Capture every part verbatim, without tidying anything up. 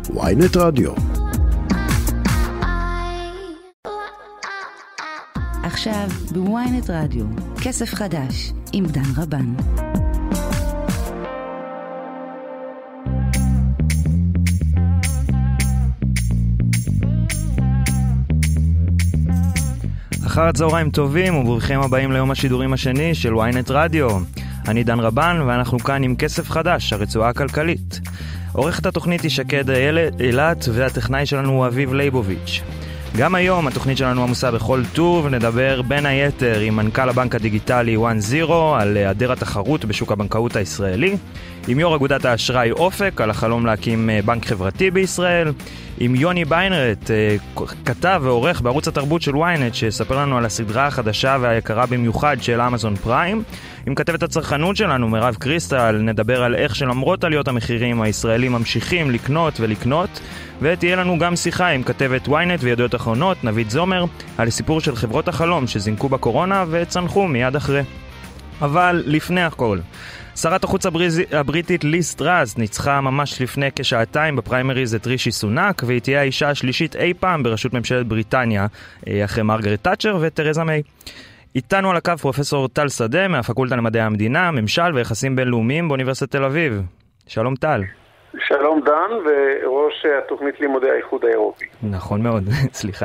וויינט רדיו. עכשיו בוויינט רדיו, כסף חדש עם דן רבן. אחר הצהריים טובים וברוכים הבאים ליום השידורים השני של וויינט רדיו. אני דן רבן ואנחנו כאן עם כסף חדש, הרצועה הכלכלית. עורכת התוכנית היא שקד אילת והטכנאי שלנו הוא אביב ליבוביץ'. גם היום התוכנית שלנו עמוסה בכל טוב ונדבר בין היתר עם מנכ"ל הבנק הדיגיטלי וואן זירו על היעדר התחרות בשוק הבנקאות הישראלי, עם יו"ר אגודת האשראי אופק על החלום להקים בנק חברתי בישראל, עם יוני ביינרט, כתב ועורך בערוץ התרבות של וויינט שספר לנו על הסדרה החדשה והיקרה במיוחד של אמזון פריים, עם כתבת הצרכנות שלנו מירב קריסטל נדבר על איך שלמרות עליות המחירים הישראלים ממשיכים לקנות ולקנות, ותהיה לנו גם שיחה עם כתבת וויינט וידיעות אחרונות נבית זומר על סיפור של חברות החלום שזינקו בקורונה וצנחו מיד אחרי. אבל לפני הכל, שרת החוץ הבריטית ליז טראס ניצחה ממש לפני כשעתיים בפריימריז את רישי סונאק, והיא תהיה האישה השלישית אי פעם בראשות ממשלת בריטניה אחרי מרגרט תאצ'ר ותרזה מיי. איתנו על הקו פרופסור טל שדה מהפקולטה למדעי המדינה, ממשל ויחסים בינלאומיים באוניברסיטת תל אביב. שלום טל. שלום דן, וראש התוכנית לימודי האיחוד האירופי. נכון מאוד, סליחה.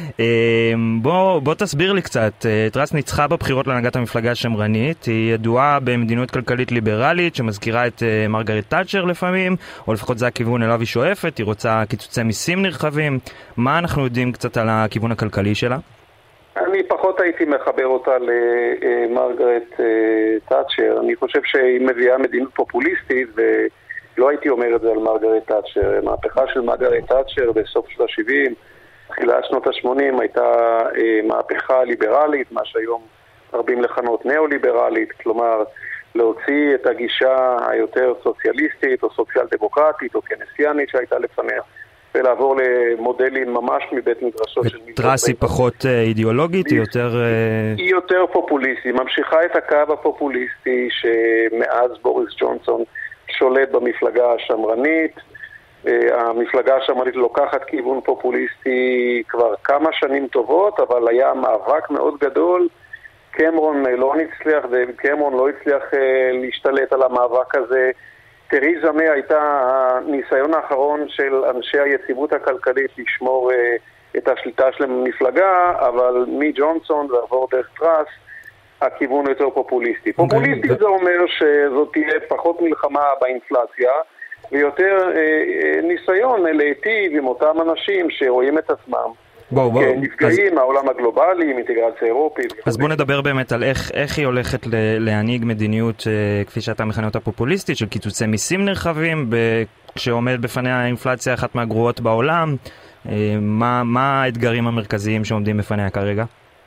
בוא, בוא תסביר לי קצת. טראס ניצחה בבחירות להנהגת המפלגה השמרנית, היא ידועה במדיניות כלכלית ליברלית שמזכירה את מרגרט תאצ'ר לפעמים, או לפחות זה הכיוון אליו היא שואפת, היא רוצה קיצוצי מיסים נרחבים. מה אנחנו יודעים קצת על הכיוון הכלכלי שלה? אני פחות הייתי מחבר אותה למרגרט תאצ'ר. אני חושב שהיא מביאה מדיניות פופוליסטית ו... לא הייתי אומר את זה על מרגרט תאצ'ר. המהפכה של מרגרט תאצ'ר בסוף שנות ה-שבעים, תחילת שנות ה-שמונים, הייתה אה, מהפכה ליברלית, מה שהיום רבים לכנות ניאו-ליברלית, כלומר להוציא את הגישה היותר סוציאליסטית או סוציאל דמוקרטית או כנסיאנית שהייתה לפניה, ולעבור למודלים ממש מבית מדרשו של... טראס היא פחות אידיאולוגית, היא יותר... היא יותר פופוליסטית, ממשיכה את הקו הפופוליסטי שמאז בוריס ג'ונסון שולט במפלגה השמרנית. המפלגה השמרנית לוקחת כיוון פופוליסטי כבר כמה שנים טובות, אבל היה מאבק מאוד גדול. קמרון לא נצליח, קמרון לא הצליח להשתלט על המאבק הזה. תרזה מיי הייתה הניסיון האחרון של אנשי היציבות הכלכלית לשמור את השליטה של המפלגה, אבל מג'ונסון ועבור דרך טראס הכיוון יותר פופוליסטי. פופוליסטי זה אומר שזאת תהיה פחות מלחמה באינפלציה, ויותר ניסיון להיטיב עם אותם אנשים שרואים את עצמם נפגעים מהעולם הגלובלי, עם אינטגרציה אירופית. אז בוא נדבר באמת על איך, איך היא הולכת להנהיג מדיניות, כפי שאתה מכנה אותה פופוליסטית, של קיצוצי מיסים נרחבים, כשעומד בפניה האינפלציה אחת מהגרועות בעולם. מה, מה האתגרים המרכזיים שעומדים בפניה כרגע?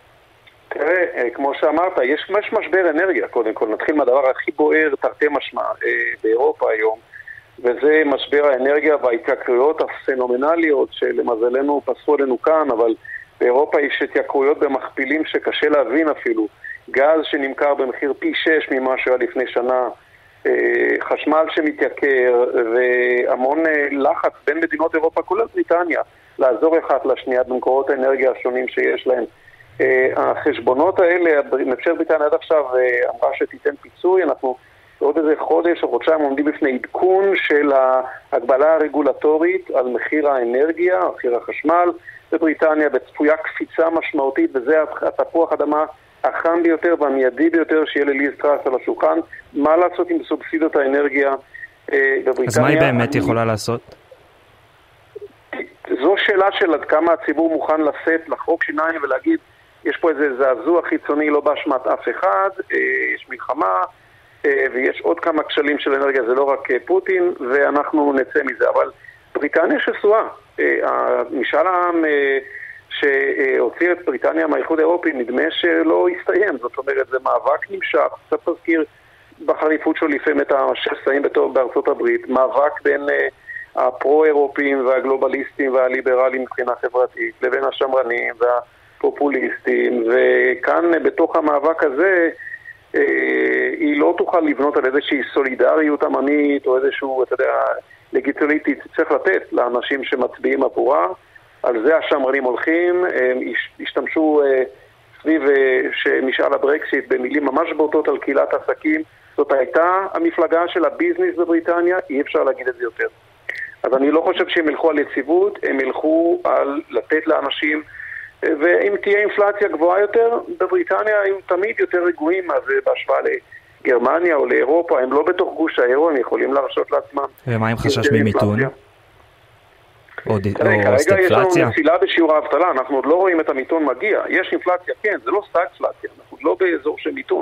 תראה, כמו שאמרת, יש משבר אנרגיה, קודם כל. נתחיל מהדבר הכי בוער, תרתי משמע, באירופה היום, וזה משבר האנרגיה וההתייקרויות הפנומנליות שלמזלנו פסחו עלינו כאן, אבל באירופה יש התייקרויות במכפילים שקשה להבין אפילו. גז שנמכר במחיר פי שש ממה שהיה לפני שנה, חשמל שמתייקר, והמון לחץ בין מדינות אירופה, כולל בריטניה, לעזור אחת לשנייה במקורות האנרגיה השונים שיש להם. החשבונות האלה, ממשלת בריטניה עד עכשיו אמרה שתיתן פיצוי. אנחנו עוד איזה חודש או חודשיים עומדים בפני עדכון של ההגבלה הרגולטורית על מחיר האנרגיה, מחיר החשמל בבריטניה, וצפויה קפיצה משמעותית, וזה התפוח אדמה החם ביותר והמיידי ביותר שיהיה לליז טראס על השולחן. מה לעשות עם סובסידיות האנרגיה בבריטניה? אז מה היא באמת יכולה לעשות? זו שאלה של עד כמה הציבור מוכן לשאת, לחרוק שיניים ולהגיד יש פה איזה זעזוע חיצוני לא באשמת אף אחד, יש מלחמה ויש עוד כמה כשלים של אנרגיה, זה לא רק פוטין, ואנחנו נצא מזה. אבל בריטניה שסועה, המשאל העם שהוציא את בריטניה מהאיחוד האירופי נדמה שלא הסתיים. זאת אומרת, זה מאבק נמשך, קצת תזכיר בחריפות שלו לפעמים את השסעים בארצות הברית, מאבק בין הפרו-אירופיים והגלובליסטים והליברליים מבחינה חברתית לבין השמרנים והפופוליסטים, וכאן בתוך המאבק הזה היא לא תוכל לבנות על איזושהי סולידריות עממית או איזשהו, אתה יודע, לגיטימית צריך לתת לאנשים שמצביעים עבורה. על זה השמרנים הולכים, הם השתמשו סביב שמשאל הברקסיט במילים ממש בוטות על קהילת עסקים. זאת הייתה המפלגה של הביזנס בבריטניה, אי אפשר להגיד את זה יותר. אז אני לא חושב שהם ילכו על יציבות, הם ילכו על לתת לאנשים, ואם תהיה אינפלציה גבוהה יותר, בבריטניה הם תמיד יותר רגועים, אז בהשוואה לגרמניה או לאירופה, הם לא בתוך גוש האירו, הם יכולים להרשות לעצמם. ומה עם חשש ממיתון? או כרגע יש לנו נפילה בשיעור האבטלה, אנחנו עוד לא רואים את המיתון מגיע. יש אינפלציה, כן, זה לא סטאגפלציה, אנחנו לא באזור של מיתון.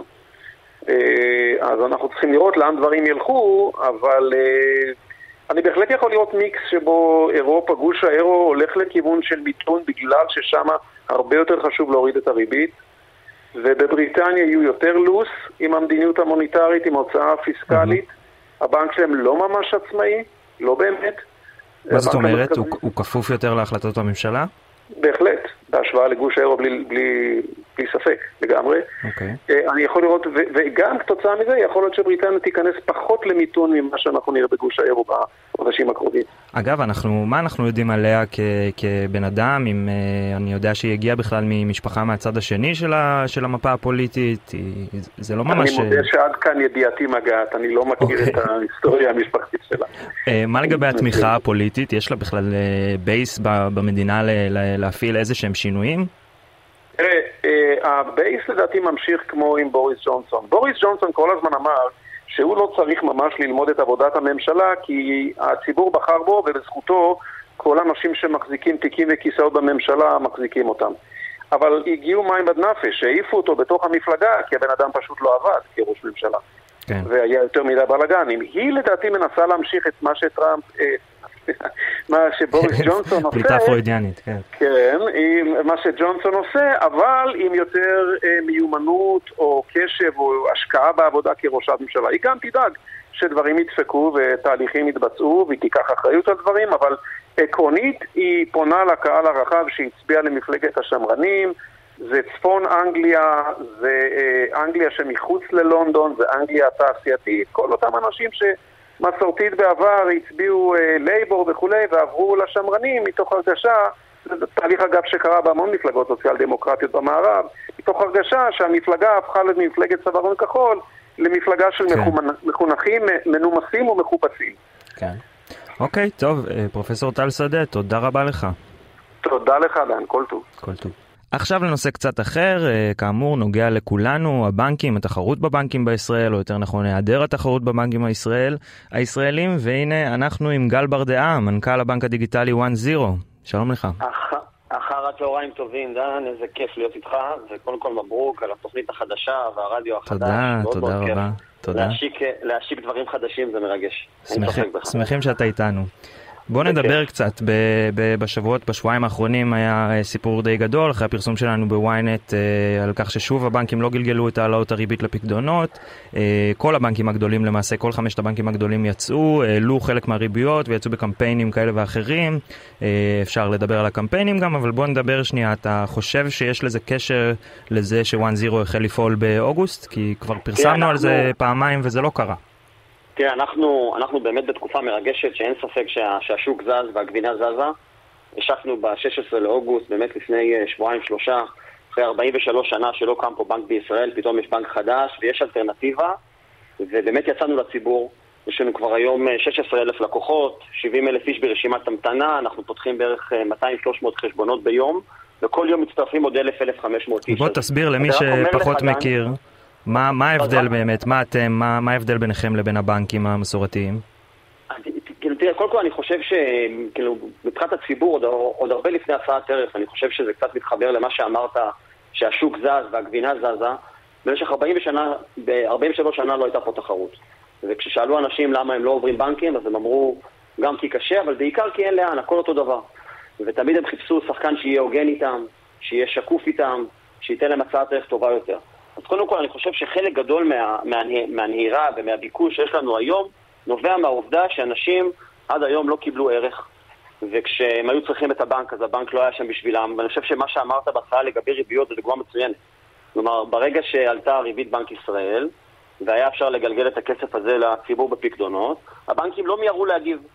אז אנחנו צריכים לראות לאן דברים ילכו, אבל אני בהחלט יכול לראות מיקס שבו אירופה, גוש האירו, הולך לכיוון של מיתון בגלל ששם הרבה יותר חשוב להוריד את הריבית, ובבריטניה יהיו יותר לוס עם המדיניות המוניטרית, עם ההוצאה הפיסקלית. הבנק שלהם לא ממש עצמאי, לא באמת. מה זאת אומרת? הוא, הוא כפוף יותר להחלטות הממשלה? בהחלט, בהשוואה לגוש האירו בלי, בלי, בלי ספק, לגמרי. Okay. אני יכול לראות, ו, וגם כתוצאה מזה, יכול להיות שבריטניה תיכנס פחות למיתון ממה שאנחנו נראה בגוש האירו בחודשים הקרובים. אגב, אנחנו, מה אנחנו יודעים עליה כ, כבן אדם, אם אני יודע שהיא הגיעה בכלל ממשפחה מהצד השני של, ה, של המפה הפוליטית, היא, זה לא ממש... אני מודה שעד כאן ידיעתי מגעת, אני לא מכיר okay. את ההיסטוריה המשפחתית שלה. מה לגבי התמיכה הפוליטית? יש לה בכלל בייס במדינה להפעיל איזה שהם שינויים? תראה, הבייס לדעתי ממשיך כמו עם בוריס ג'ונסון. בוריס ג'ונסון כל הזמן אמר שהוא לא צריך ממש ללמוד את עבודת הממשלה, כי הציבור בחר בו ובזכותו כל האנשים שמחזיקים תיקים וכיסאות בממשלה מחזיקים אותם. אבל הגיעו מים עד נפש, שהעיפו אותו בתוך המפלגה, כי הבן אדם פשוט לא עבד כראש ממשלה. כן. והיה יותר מדי בלגנים. היא לדעתי מנסה להמשיך את מה שטראמפ... מה שבוריס ג'ונסון עושה, פליטה פרוידיאנית, כן. כן, מה שג'ונסון עושה, אבל עם יותר מיומנות או קשב או השקעה בעבודה כראשת ממשלה. היא גם תדאג שדברים ידפקו ותהליכים יתבצעו והיא תיקח אחריות על דברים, אבל עקרונית היא פונה לקהל הרחב שהצביע למפלגת השמרנים, זה צפון אנגליה, זה אנגליה שמחוץ ללונדון, זה אנגליה התעשייתית, כל אותם אנשים ש... מסורתית בעבר הצביעו אה, לייבור וכולי ועברו לשמרנים מתוך הרגשה, זה תהליך אגב שקרה בהמון מפלגות סוציאל דמוקרטיות במערב, מתוך הרגשה שהמפלגה הפכה למפלגת צווארון כחול למפלגה של כן. מחונכים מנומסים ומחופשים. כן. אוקיי, טוב, פרופסור טל שדה, תודה רבה לך. תודה לך דן, כל טוב. כל טוב. עכשיו לנושא קצת אחר, כאמור נוגע לכולנו, הבנקים, התחרות בבנקים בישראל, או יותר נכון, היעדר התחרות בבנקים הישראל, הישראלים, והנה אנחנו עם גל ברדעה, מנכ"ל הבנק הדיגיטלי וואן זירו. שלום לך. אח... אחר הצהריים טובים, דן, איזה כיף להיות איתך, וקודם כל מברוק על התוכנית החדשה והרדיו החדש. תודה, תודה רבה. תודה. להשיק, להשיק דברים חדשים זה מרגש. שמחים, שמחים שאתה איתנו. בוא נדבר קצת, בשבועות, בשבועיים האחרונים היה סיפור די גדול, אחרי הפרסום שלנו בוויינט על כך ששוב הבנקים לא גלגלו את העלאות הריבית לפקדונות, כל הבנקים הגדולים למעשה, כל חמשת הבנקים הגדולים יצאו, העלו חלק מהריביות ויצאו בקמפיינים כאלה ואחרים, אפשר לדבר על הקמפיינים גם, אבל בוא נדבר שנייה, אתה חושב שיש לזה קשר לזה שוואן זירו החל לפעול באוגוסט? כי כבר פרסמנו על זה פעמיים וזה לא קרה. תראה, אנחנו, אנחנו באמת בתקופה מרגשת שאין ספק שה, שהשוק זז והגבינה זזה. השקנו ב-שישה עשר לאוגוסט, באמת לפני שבועיים שלושה, אחרי ארבעים ושלוש שנה שלא קם פה בנק בישראל, פתאום יש בנק חדש ויש אלטרנטיבה, ובאמת יצאנו לציבור. יש לנו כבר היום שישה עשר אלף לקוחות, שבעים אלף איש ברשימת המתנה, אנחנו פותחים בערך מאתיים שלוש מאות חשבונות ביום, וכל יום מצטרפים עוד אלף עד אלף וחמש מאות איש. בוא תסביר למי שפחות מכיר. מה, מה ההבדל באמת? מה אתם, מה, מה ההבדל ביניכם לבין הבנקים המסורתיים? תראה, קודם כל אני חושב שכאילו, מבחינת הציבור, עוד, עוד הרבה לפני הצעת ערך, אני חושב שזה קצת מתחבר למה שאמרת, שהשוק זז והגבינה זזה. במשך ארבעים שנה, ב-ארבעים ושלוש שנה לא הייתה פה תחרות. וכששאלו אנשים למה הם לא עוברים בנקים, אז הם אמרו, גם כי קשה, אבל בעיקר כי אין לאן, הכל אותו דבר. ותמיד הם חיפשו שחקן שיהיה הוגן איתם, שיהיה שקוף איתם, שייתן להם הצעת ערך טובה יותר. אז קודם כל אני חושב שחלק גדול מה, מה, מהנהירה ומהביקוש שיש לנו היום נובע מהעובדה שאנשים עד היום לא קיבלו ערך, וכשהם היו צריכים את הבנק אז הבנק לא היה שם בשבילם. ואני חושב שמה שאמרת בהתחלה לגבי ריביות זה דוגמה מצוינת. כלומר, ברגע שעלתה ריבית בנק ישראל והיה אפשר לגלגל את הכסף הזה לציבור בפקדונות, הבנקים לא מיירו להגיב.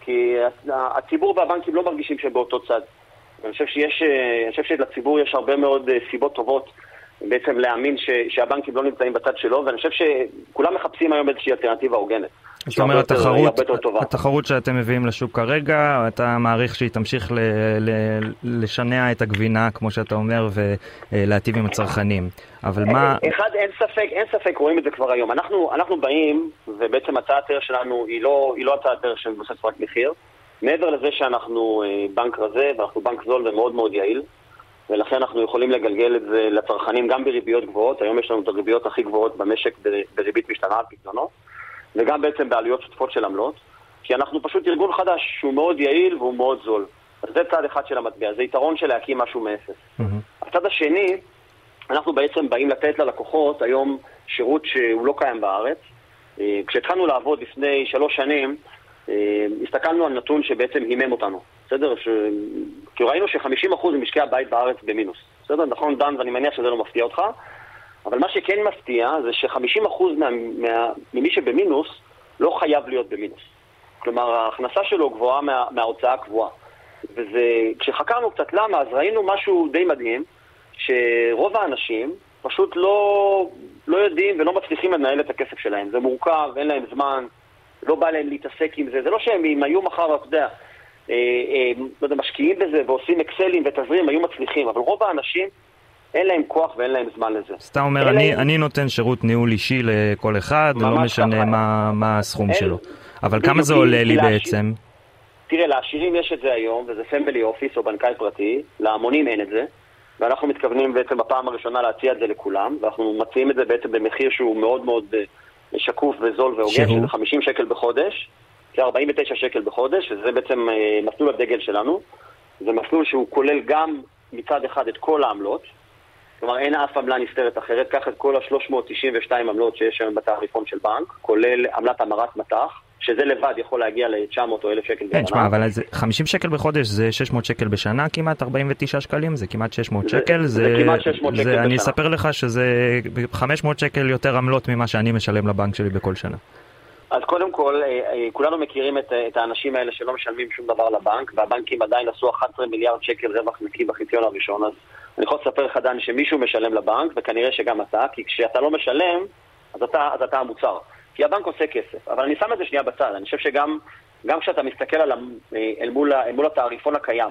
כי הציבור והבנקים לא מרגישים שבאותו צד. אני חושב שיש, אני חושב שלציבור יש הרבה מאוד סיבות טובות בעצם להאמין ש, שהבנקים לא נמצאים בצד שלו, ואני חושב שכולם מחפשים היום איזושהי אלטרנטיבה הוגנת. זאת אומרת, התחרות, התחרות שאתם מביאים לשוק כרגע, אתה מעריך שהיא תמשיך ל, ל, לשנע את הגבינה, כמו שאתה אומר, ולהטיב עם הצרכנים. אבל מה... אחד, אין ספק, אין ספק, רואים את זה כבר היום. אנחנו, אנחנו באים, ובעצם הצעת הערך שלנו היא לא, היא לא הצעת הערך שמבוססת רק מחיר. מעבר לזה שאנחנו בנק רזה, ואנחנו בנק זול ומאוד מאוד יעיל, ולכן אנחנו יכולים לגלגל את זה לצרכנים גם בריביות גבוהות. היום יש לנו את הריביות הכי גבוהות במשק בריבית משתנה על פקדונות, וגם בעצם בעלויות שוטפות של עמלות, כי אנחנו פשוט ארגון חדש שהוא מאוד יעיל והוא מאוד זול. אז זה צד אחד של המטבע, זה יתרון של להקים משהו מאפס. Mm-hmm. הצד השני, אנחנו בעצם באים לתת ללקוחות היום שירות שהוא לא קיים בארץ. כשהתחלנו לעבוד לפני שלוש שנים, הסתכלנו על נתון שבעצם הימם אותנו. בסדר? ש... כי ראינו ש-חמישים אחוז ממשקי הבית בארץ במינוס. בסדר? נכון, דן, ואני מניח שזה לא מפתיע אותך. אבל מה שכן מפתיע זה ש-חמישים אחוז מה, מה, ממי שבמינוס לא חייב להיות במינוס. כלומר, ההכנסה שלו גבוהה מה, מההוצאה הקבועה. וזה, כשחקרנו קצת למה, אז ראינו משהו די מדהים, שרוב האנשים פשוט לא, לא יודעים ולא מצליחים לנהל את הכסף שלהם. זה מורכב, אין להם זמן, לא בא להם להתעסק עם זה. זה לא שהם, אם היו מחר, אתה יודע, אה, אה, לא יודע, משקיעים בזה ועושים אקסלים ותזרים, היו מצליחים. אבל רוב האנשים אין להם כוח ואין להם זמן לזה. סתם אומר, אני, להם... אני נותן שירות ניהול אישי לכל אחד, לא משנה מה, מה הסכום אין... שלו. אבל כמה זה עולה לי לעשיר... בעצם? תראה, לעשירים יש את זה היום, וזה פמילי אופיס או בנקאי פרטי, להמונים אין את זה, ואנחנו מתכוונים בעצם בפעם הראשונה להציע את זה לכולם, ואנחנו מציעים את זה בעצם במחיר שהוא מאוד מאוד שקוף וזול והוגן, שזה חמישים שקל בחודש, זה ארבעים ותשע שקל בחודש, וזה בעצם מסלול הדגל שלנו. זה מסלול שהוא כולל גם מצד אחד את כל העמלות, כלומר אין אף עמלה נסתרת אחרת, קח את כל ה-שלוש מאות תשעים ושתיים עמלות שיש היום בתעריפון של בנק, כולל עמלת המרת מטח, שזה לבד יכול להגיע ל-תשע מאות או אלף שקל בשנה. כן, תשמע, אבל חמישים שקל בחודש זה שש מאות שקל בשנה, כמעט ארבעים ותשעה שקלים, זה כמעט שש מאות שקל. זה, זה, זה כמעט שש מאות שקל בשנה. אני אספר לך שזה חמש מאות שקל יותר עמלות ממה שאני משלם לבנק שלי בכל שנה. אז קודם כל, כולנו מכירים את, את האנשים האלה שלא משלמים שום דבר לבנק, והבנקים עדיין עשו אחד עשר מיליארד שקל רווח נקי בחציון הראשון, אז אני יכול לספר לך דן שמישהו משלם לבנק, וכנראה שגם אתה, כי כשאתה לא משלם, אז אתה, אז אתה המוצר. כי הבנק עושה כסף. אבל אני שם את זה שנייה בצד. אני חושב שגם גם כשאתה מסתכל על, אל מול, אל מול התעריפון הקיים,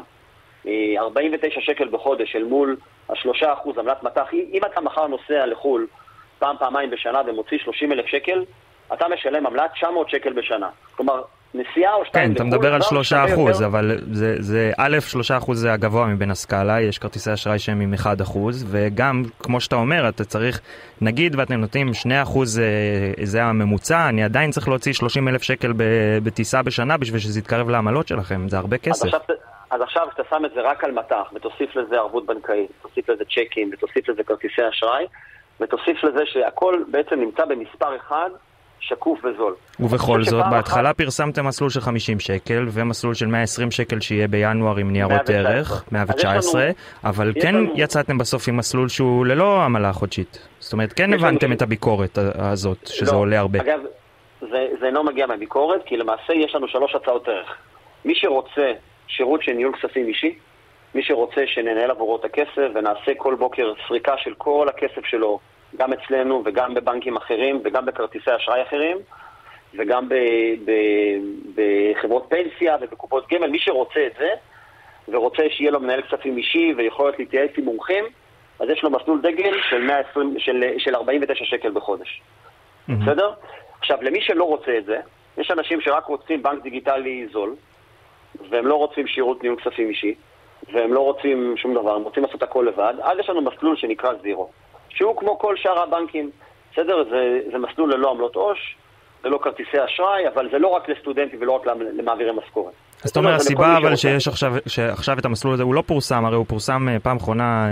ארבעים ותשע שקל בחודש, אל מול השלושה אחוז עמלת מטח, אם אתה מחר נוסע לחול פעם, פעמיים בשנה ומוציא שלושים אלף שקל, אתה משלם עמלת תשע מאות שקל בשנה. כלומר, נסיעה או שתיים... כן, אתה מדבר על שלושה אחוז, אבל זה, א', שלושה אחוז זה הגבוה מבין הסקאלה, יש כרטיסי אשראי שהם עם אחד אחוז, וגם, כמו שאתה אומר, אתה צריך, נגיד, ואתם נותנים שני אחוז, זה הממוצע, אני עדיין צריך להוציא שלושים אלף שקל בטיסה בשנה, בשביל שזה יתקרב לעמלות שלכם, זה הרבה כסף. אז עכשיו, כשאתה שם את זה רק על מטח, ותוסיף לזה ערבות בנקאית, ותוסיף לזה צ'קים, ותוסיף לזה כרטיסי אשראי, ותוסיף לזה שהכל בעצם נמצא במספר אחד, שקוף וזול. ובכל זאת, בהתחלה פרסמתם מסלול של חמישים שקל, ומסלול של מאה ועשרים שקל שיהיה בינואר עם ניירות ערך, מאה ותשע עשרה, אבל כן יצאתם בסוף עם מסלול שהוא ללא עמלה חודשית. זאת אומרת, כן הבנתם את הביקורת הזאת, שזה עולה הרבה. אגב, זה אינו מגיע מהביקורת, כי למעשה יש לנו שלוש הצעות ערך. מי שרוצה שירות של ניהול כספים אישי, מי שרוצה שננהל עבורו את הכסף, ונעשה כל בוקר סריקה של כל הכסף שלו, גם אצלנו וגם בבנקים אחרים וגם בכרטיסי אשראי אחרים וגם ב- ב- בחברות פנסיה ובקופות גמל, מי שרוצה את זה ורוצה שיהיה לו מנהל כספים אישי ויכולת להתייעץ עם מומחים, אז יש לו מסלול דגל של, מאה ועשרים, של, של ארבעים ותשע שקל בחודש. Mm-hmm. בסדר? עכשיו, למי שלא רוצה את זה, יש אנשים שרק רוצים בנק דיגיטלי זול והם לא רוצים שירות ניהול כספים אישי והם לא רוצים שום דבר, הם רוצים לעשות הכל לבד, אז יש לנו מסלול שנקרא זירו, שהוא כמו כל שאר הבנקים, בסדר? זה, זה מסלול ללא עמלות עו"ש, זה לא כרטיסי אשראי, אבל זה לא רק לסטודנטים ולא רק למעבירי משכורת. אז זאת אומרת, הסיבה אבל שיש עכשיו, שעכשיו את המסלול הזה, הוא לא פורסם, הרי הוא פורסם פעם אחרונה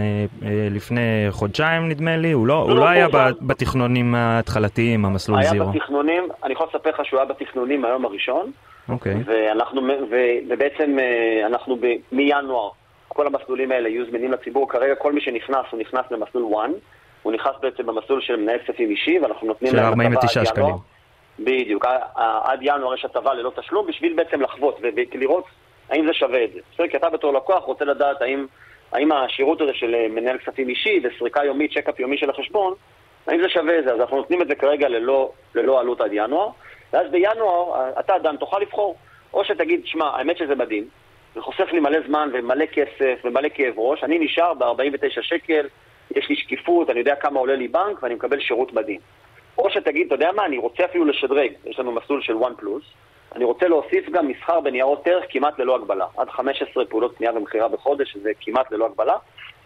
לפני חודשיים נדמה לי, הוא לא, הוא לא היה בתכנונים ההתחלתיים, המסלול זירו. היה בתכנונים, אני יכול לספר לך שהוא היה בתכנונים מהיום הראשון, אוקיי. ואנחנו, ובעצם אנחנו מינואר, כל המסלולים האלה יהיו זמינים לציבור. כרגע כל מי שנכנס, הוא נכנס למסלול אחת, הוא נכנס בעצם במסלול של מנהל כספים אישי, ואנחנו נותנים של ארבעים ותשעה שקלים. בדיוק, עד ינואר יש הטבה ללא תשלום, בשביל בעצם לחוות ולראות האם זה שווה את זה. בסדר, כי אתה בתור לקוח רוצה לדעת האם, האם השירות הזה של מנהל כספים אישי וסריקה יומית, צ'קאפ יומי של החשבון, האם זה שווה את זה. אז אנחנו נותנים את זה כרגע ללא, ללא עלות עד ינואר, ואז בינואר אתה אדם תוכל לבחור, או שתגיד, שמה, האמת שזה מדהים, זה חוסך לי מלא זמן ומלא כסף ומלא כאב ראש, אני נשאר ב-ארבעים ותשעה שקל, יש לי שקיפות, אני יודע כמה עולה לי בנק ואני מקבל שירות מדהים. או שתגיד, אתה יודע מה, אני רוצה אפילו לשדרג, יש לנו מסלול של וואן פלוס, אני רוצה להוסיף גם מסחר בניירות ערך כמעט ללא הגבלה, עד חמש עשרה פעולות קנייה ומכירה בחודש, שזה כמעט ללא הגבלה,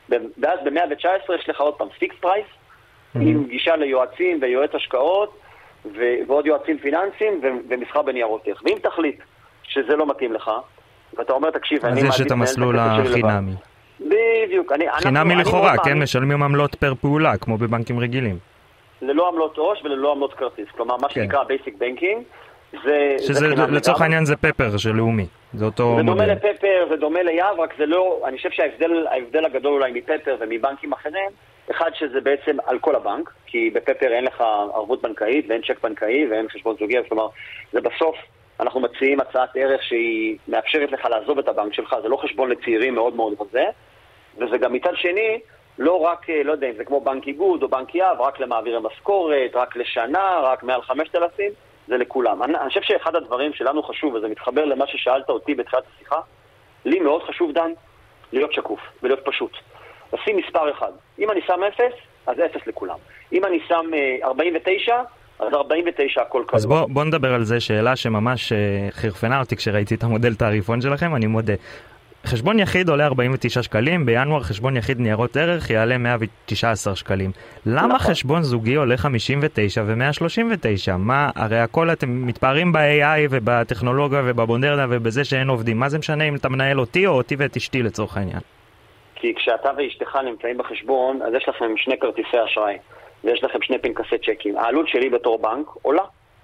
ואז ב-מאה תשע עשרה יש לך עוד פעם פיקס פרייס, mm-hmm. עם גישה ליועצים ויועץ השקעות, ו- ועוד יועצים פיננסיים ו- ומסחר בניירות ערך. ואם תחליט שזה לא מתאים לך, ואתה אומר, תקשיב, אז יש את המסלול החינמי. בדיוק. חינמי לכאורה, כן, משלמים עמלות פר פעולה, כמו בבנקים רגילים. ללא עמלות עו"ש וללא עמלות כרטיס. כלומר, מה שנקרא basic banking, זה... שזה, לצורך העניין זה פפר של לאומי. זה אותו זה מודל. דומה לפפר, זה דומה ליאב, רק זה לא... אני חושב שההבדל ההבדל הגדול אולי מפפר ומבנקים אחרים, אחד שזה בעצם על כל הבנק, כי בפפר אין לך ערבות בנקאית ואין צ'ק בנקאי ואין חשבון זוגי, כלומר, זה בסוף אנחנו מציעים הצעת ערך שהיא מאפשרת לך לעזוב את הבנק שלך, זה לא חשבון לצעירים מאוד מאוד רזה, וזה גם מצד שני, לא רק, לא יודע אם זה כמו בנק איגוד או בנק יאב, רק למעביר משכורת, רק לשנה, רק מעל חמשת אלפים, זה לכולם. אני, אני חושב שאחד הדברים שלנו חשוב, וזה מתחבר למה ששאלת אותי בתחילת השיחה, לי מאוד חשוב, דן, להיות שקוף ולהיות פשוט. לשים מספר אחד. אם אני שם אפס, אז אפס לכולם. אם אני שם ארבעים ותשע, אז ארבעים ותשע הכל קרוב. אז בוא, בוא נדבר על זה, שאלה שממש חרפנה אותי כשראיתי את המודל תעריפון שלכם, אני מודה. חשבון יחיד עולה ארבעים ותשעה שקלים, בינואר חשבון יחיד ניירות ערך יעלה מאה ותשע עשרה שקלים. למה נכון. חשבון זוגי עולה חמישים ותשע ו-מאה שלושים ותשע? מה, הרי הכל אתם מתפארים ב-איי איי ובטכנולוגיה ובמודרנה ובזה שאין עובדים. מה זה משנה אם אתה מנהל אותי או אותי ואת אשתי לצורך העניין? כי כשאתה ואשתך נמצאים בחשבון, אז יש לכם שני כרטיסי אשראי, ויש לכם שני פנקסי צ'קים. העלות שלי בתור בנק עולה.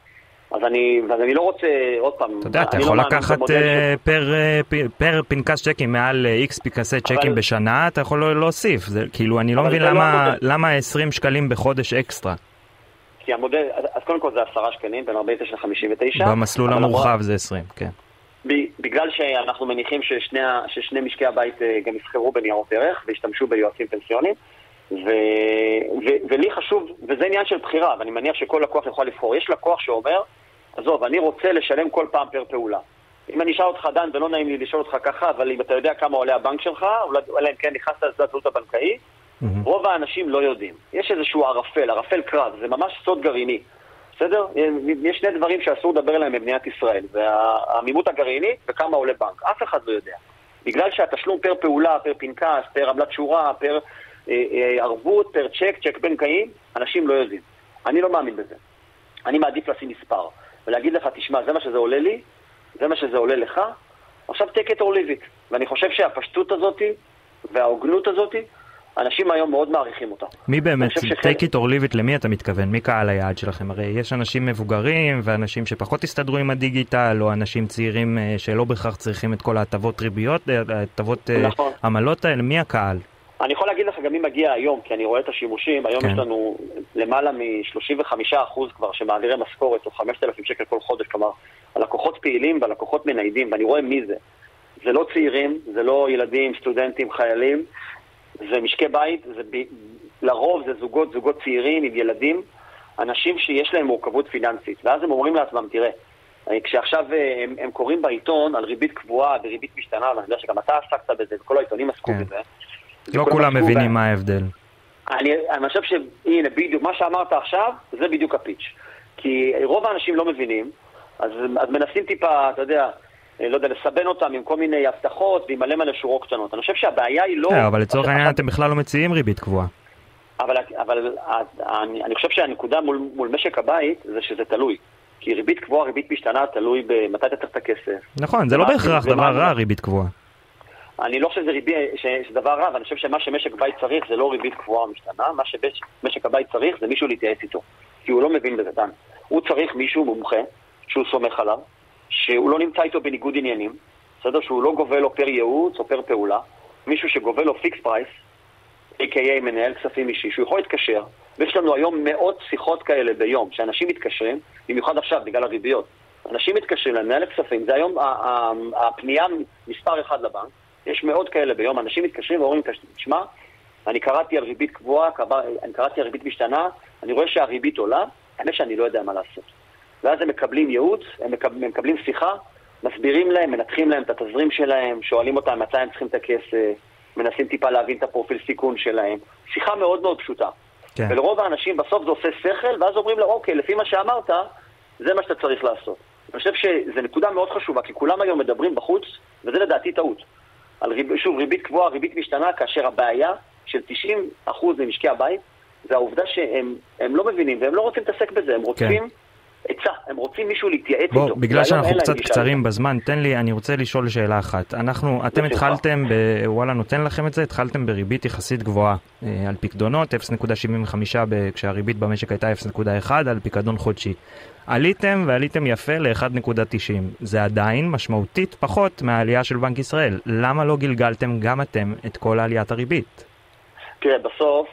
אז אני, אז אני לא רוצה, עוד פעם... אתה יודע, אתה יכול לקחת פר פנקס צ'קים מעל איקס פנקסי צ'קים בשנה, אתה יכול להוסיף. כאילו, אני לא מבין למה עשרים שקלים בחודש אקסטרה. כי המודל, אז קודם כל זה עשרה שקלים, בין ארבעים ותשע ל-חמישים ותשע. במסלול המורחב זה עשרים, כן. בגלל שאנחנו מניחים ששני, ששני משקי הבית גם יסחרו בניירות ערך והשתמשו ביועצים פנסיונים, ו, ו, ולי חשוב, וזה עניין של בחירה, ואני מניח שכל לקוח יכול לבחור. יש לקוח שאומר, עזוב, אני רוצה לשלם כל פעם פר פעולה. אם אני אשאל אותך, דן, ולא נעים לי לשאול אותך ככה, אבל אם אתה יודע כמה עולה הבנק שלך, אולי אם כן נכנסת לזהות הבנקאי, mm-hmm. רוב האנשים לא יודעים. יש איזשהו ערפל, ערפל קרב, זה ממש סוד גרעיני. בסדר? יש שני דברים שאסור לדבר עליהם במדינת ישראל, זה העמימות הגרעינית וכמה עולה בנק. אף אחד לא יודע. בגלל שהתשלום פר פעולה, פר פנקס, פר עמלת שורה, פר אה, אה, ערבות, פר צ'ק, צ'ק בנקאי, אנשים לא יודעים. אני לא מאמין בזה. אני מעדיף לשים מספר, ולהגיד לך, תשמע, זה מה שזה עולה לי, זה מה שזה עולה לך, עכשיו take it or leave it. ואני חושב שהפשטות הזאת וההוגנות הזאת, אנשים היום מאוד מעריכים אותה. מי באמת, take it or leave it, למי אתה מתכוון? מי קהל היעד שלכם? הרי יש אנשים מבוגרים ואנשים שפחות הסתדרו עם הדיגיטל, או אנשים צעירים שלא בכך צריכים את כל ההטבות ריביות, ההטבות נכון. עמלות האלה, מי הקהל? אני יכול להגיד לך גם מי מגיע היום, כי אני רואה את השימושים, היום כן. יש לנו למעלה מ-שלושים וחמישה אחוז כבר שמעבירי משכורת, או חמשת אלפים שקל כל חודש, כלומר, הלקוחות פעילים והלקוחות מניידים, ואני רואה מי זה. זה לא צעירים, זה לא ילדים, סטודנטים, חיילים, זה משקי בית, זה ב... לרוב זה זוגות, זוגות צעירים עם ילדים, אנשים שיש להם מורכבות פיננסית, ואז הם אומרים לעצמם, תראה, כשעכשיו הם, הם קוראים בעיתון על ריבית קבועה וריבית משתנה, ואני יודע שגם אתה עסקת בזה, וכל העיתונים עסקו כן. בזה, לא כולם מבינים מה ההבדל. אני, אני חושב שהנה, בדיוק, מה שאמרת עכשיו, זה בדיוק הפיץ'. כי רוב האנשים לא מבינים, אז, אז מנסים טיפה, אתה יודע, לא יודע, לסבן אותם עם כל מיני הבטחות ועם מלא מלא שורות קטנות. אני חושב שהבעיה היא לא... אבל לצורך העניין אתם בכלל לא מציעים ריבית קבועה. אבל, אבל אני, אני חושב שהנקודה מול, מול משק הבית זה שזה תלוי. כי ריבית קבועה, ריבית משתנה, תלוי במתי אתה צריך את הכסף. נכון, זה לא בהכרח דבר רע, ריבית קבועה. אני לא חושב שזה ריבית, שזה דבר רע, ואני חושב שמה שמשק בית צריך זה לא ריבית קבועה משתנה, מה שמשק הבית צריך זה מישהו להתייעץ איתו. כי הוא לא מבין בזה, דן. הוא צריך מישהו מומחה, שהוא סומך עליו, שהוא לא נמצא איתו בניגוד עניינים, בסדר? שהוא לא גובה לו פר ייעוץ או פר פעולה, מישהו שגובה לו פיקס פרייס, איי קיי איי מנהל כספים אישי, שהוא יכול להתקשר, ויש לנו היום מאות שיחות כאלה ביום, שאנשים מתקשרים, במיוחד עכשיו, בגלל הריביות. אנשים מתקשרים להם, מנהל כספים, זה היום הפנייה מספר אחד לבנק, יש מאות כאלה ביום, אנשים מתקשרים ואומרים, תשמע, אני קראתי על ריבית קבועה, אני קראתי על ריבית משתנה, אני רואה שהריבית עולה, האמת שאני לא יודע מה לעשות. ואז הם מקבלים ייעוץ, הם מקבלים, הם מקבלים שיחה, מסבירים להם, מנתחים להם את התזרים שלהם, שואלים אותם מתי הם צריכים את הכסף, מנסים טיפה להבין את הפרופיל סיכון שלהם. שיחה מאוד מאוד פשוטה. כן. ולרוב האנשים בסוף זה עושה שכל, ואז אומרים לו, אוקיי, לפי מה שאמרת, זה מה שאתה צריך לעשות. אני חושב שזו נקודה מאוד חשובה, כי כולם היום מדברים בחוץ, וזה לדעתי טעות. על ריב, שוב, ריבית קבועה, ריבית משתנה, כאשר הבעיה של תשעים אחוז ממשקי הבית, זה העובדה שהם הם לא מבינים, והם לא רוצים להתעסק בזה, הם רוצים כן. עצה, הם רוצים מישהו להתייעץ בוא, איתו. בגלל שאנחנו קצת קצרים בזמן, תן לי, אני רוצה לשאול שאלה אחת. אנחנו, אתם התחלתם, וואלה נותן לכם את זה, התחלתם בריבית יחסית גבוהה על פיקדונות, אפס נקודה שבעים וחמש כשהריבית במשק הייתה אפס נקודה אחת על פיקדון חודשי. עליתם ועליתם יפה ל-אחד נקודה תשעים. זה עדיין משמעותית פחות מהעלייה של בנק ישראל. למה לא גלגלתם גם אתם את כל העליית הריבית? תראה, בסוף,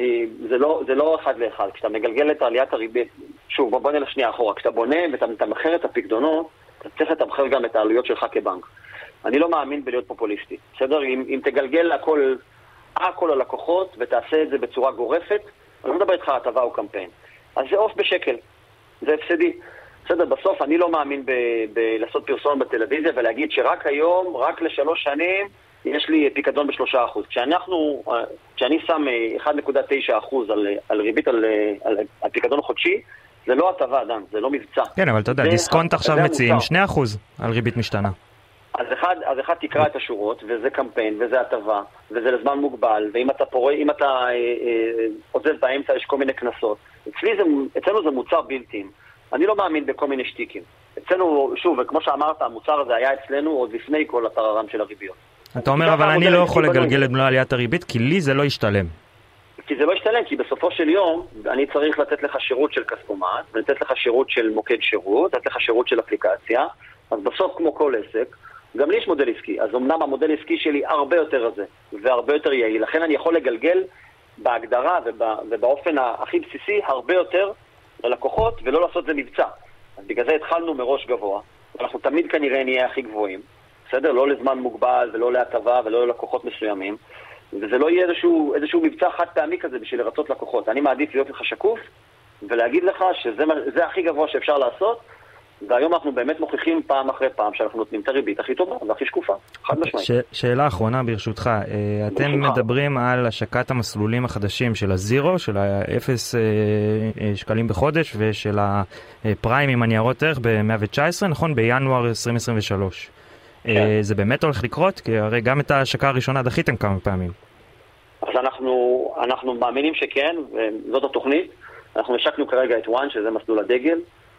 זה לא, זה לא אחד לאחד. כשאתה מגלגל את עליית הריבית, שוב, בוא, בוא נלך שנייה אחורה. כשאתה בונה ואתה מתמחר את הפיקדונות, אתה צריך לתמחר גם את העלויות שלך כבנק. אני לא מאמין בלהיות פופוליסטי. בסדר? אם, אם תגלגל הכל, הכל הלקוחות ותעשה את זה בצורה גורפת, אני לא מדבר איתך הטבה או קמפיין. אז זה אוף בשקל. זה הפסדי. בסדר, בסוף אני לא מאמין בלעשות פרסום בטלוויזיה ולהגיד שרק היום, רק לשלוש שנים, יש לי פיקדון בשלושה אחוז. כשאנחנו, כשאני שם אחד נקודה תשע אחוז על, על ריבית על, על, על פיקדון חודשי, זה לא הטבה, אדם, זה לא מבצע. כן, אבל אתה יודע, דיסקונט עכשיו מציעים שני אחוז על ריבית משתנה. אז אחד, אז אחד תקרא את השורות, וזה קמפיין, וזה הטבה, וזה לזמן מוגבל, ואם אתה פורא, אם אתה אה, אה, עוזב באמצע, יש כל מיני כנסות. אצלי זה, אצלנו זה מוצר בלתי. אני לא מאמין בכל מיני שטיקים. אצלנו, שוב, וכמו שאמרת, המוצר הזה היה אצלנו עוד לפני כל הטררם של הריביות. אתה אומר, אבל אני לא יכול לגלגל את מלוא עליית הריבית, כי לי זה לא ישתלם. כי זה לא ישתלם, כי בסופו של יום, אני צריך לתת לך שירות של כספומט, ולתת לך שירות של מוקד שירות, לתת לך שירות של אפליקציה, אז בסוף כמו כל עסק, גם לי יש מודל עסקי, אז אמנם המודל עסקי שלי הרבה יותר רזה, והרבה יותר יעיל, לכן אני יכול לגלגל בהגדרה ובא, ובאופן הכי בסיסי הרבה יותר ללקוחות, ולא לעשות זה מבצע. אז בגלל זה התחלנו מראש גבוה, ואנחנו תמיד כנראה נהיה הכי גבוהים, בסדר? לא לזמן מוגבל ולא להטבה ולא ללקוחות מסוימים, וזה לא יהיה איזשהו, איזשהו מבצע חד פעמי כזה בשביל לרצות לקוחות. אני מעדיף להיות לך שקוף ולהגיד לך שזה זה הכי גבוה שאפשר לעשות, והיום אנחנו באמת מוכיחים פעם אחרי פעם שאנחנו נותנים את הריבית הכי טובה והכי שקופה, חד משמעית. ש- שאלה אחרונה ברשותך, אתם ברשותך. מדברים על השקת המסלולים החדשים של הזירו, של ה-אפס שקלים בחודש, ושל הפריים עם הניירות ערך ב-מאה תשע עשרה, נכון? בינואר עשרים עשרים ושלוש. כן. זה באמת הולך לקרות? כי הרי גם את ההשקה הראשונה דחיתם כמה פעמים. אז אנחנו, אנחנו מאמינים שכן, וזאת התוכנית. אנחנו השקנו כרגע את וואן, שזה מסלול הדגל,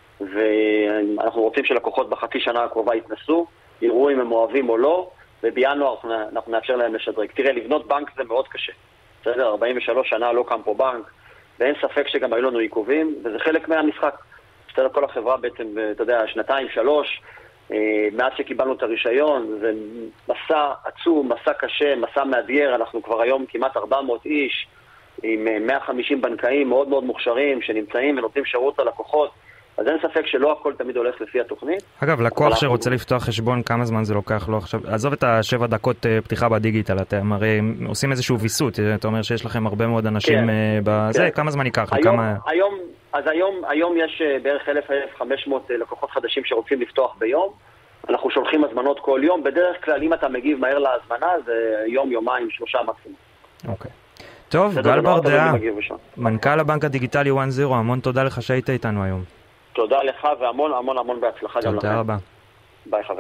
ואנחנו רוצים שלקוחות בחצי שנה הקרובה יתנסו, יראו אם הם אוהבים או לא, ובינואר אנחנו נאפשר להם לשדרג. תראה, לבנות בנק זה מאוד קשה. בסדר, ארבעים ושלוש שנה לא קם פה בנק, ואין ספק שגם היו לנו עיכובים, וזה חלק מהמשחק. בסדר, כל החברה בעצם, אתה יודע, שנתיים, שלוש, מאז שקיבלנו את הרישיון, זה מסע עצום, מסע קשה, מסע מאתגר. אנחנו כבר היום כמעט ארבע מאות איש, עם מאה וחמישים בנקאים מאוד מאוד מוכשרים, שנמצאים ונותנים שירות ללקוחות. אז אין ספק שלא הכל תמיד הולך לפי התוכנית. אגב, לקוח שרוצה לפתוח חשבון, כמה זמן זה לוקח לו עכשיו? עזוב את השבע דקות פתיחה בדיגיטל, אתם הרי עושים איזשהו ויסות, אתה אומר שיש לכם הרבה מאוד אנשים בזה, כמה זמן ייקח? היום, אז היום, היום יש בערך אלף עד אלף וחמש מאות לקוחות חדשים שרוצים לפתוח ביום. אנחנו שולחים הזמנות כל יום. בדרך כלל, אם אתה מגיב מהר להזמנה, זה יום, יומיים, שלושה מקסימום. אוקיי. טוב, גל ברדעה, מנכ"ל הבנק הדיגיטלי וואן זירו, המון תודה לך שהיית איתנו היום. תודה לך והמון המון המון בהצלחה גם לכם. תודה רבה. ביי חבר.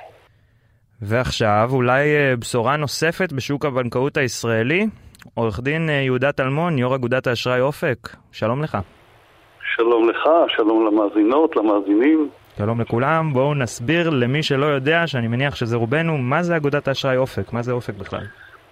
ועכשיו אולי בשורה נוספת בשוק הבנקאות הישראלי, עורך דין יהודה טלמון, יו"ר אגודת האשראי אופק, שלום לך. שלום לך, שלום למאזינות, למאזינים. שלום לכולם, בואו נסביר למי שלא יודע, שאני מניח שזה רובנו, מה זה אגודת האשראי אופק, מה זה אופק בכלל?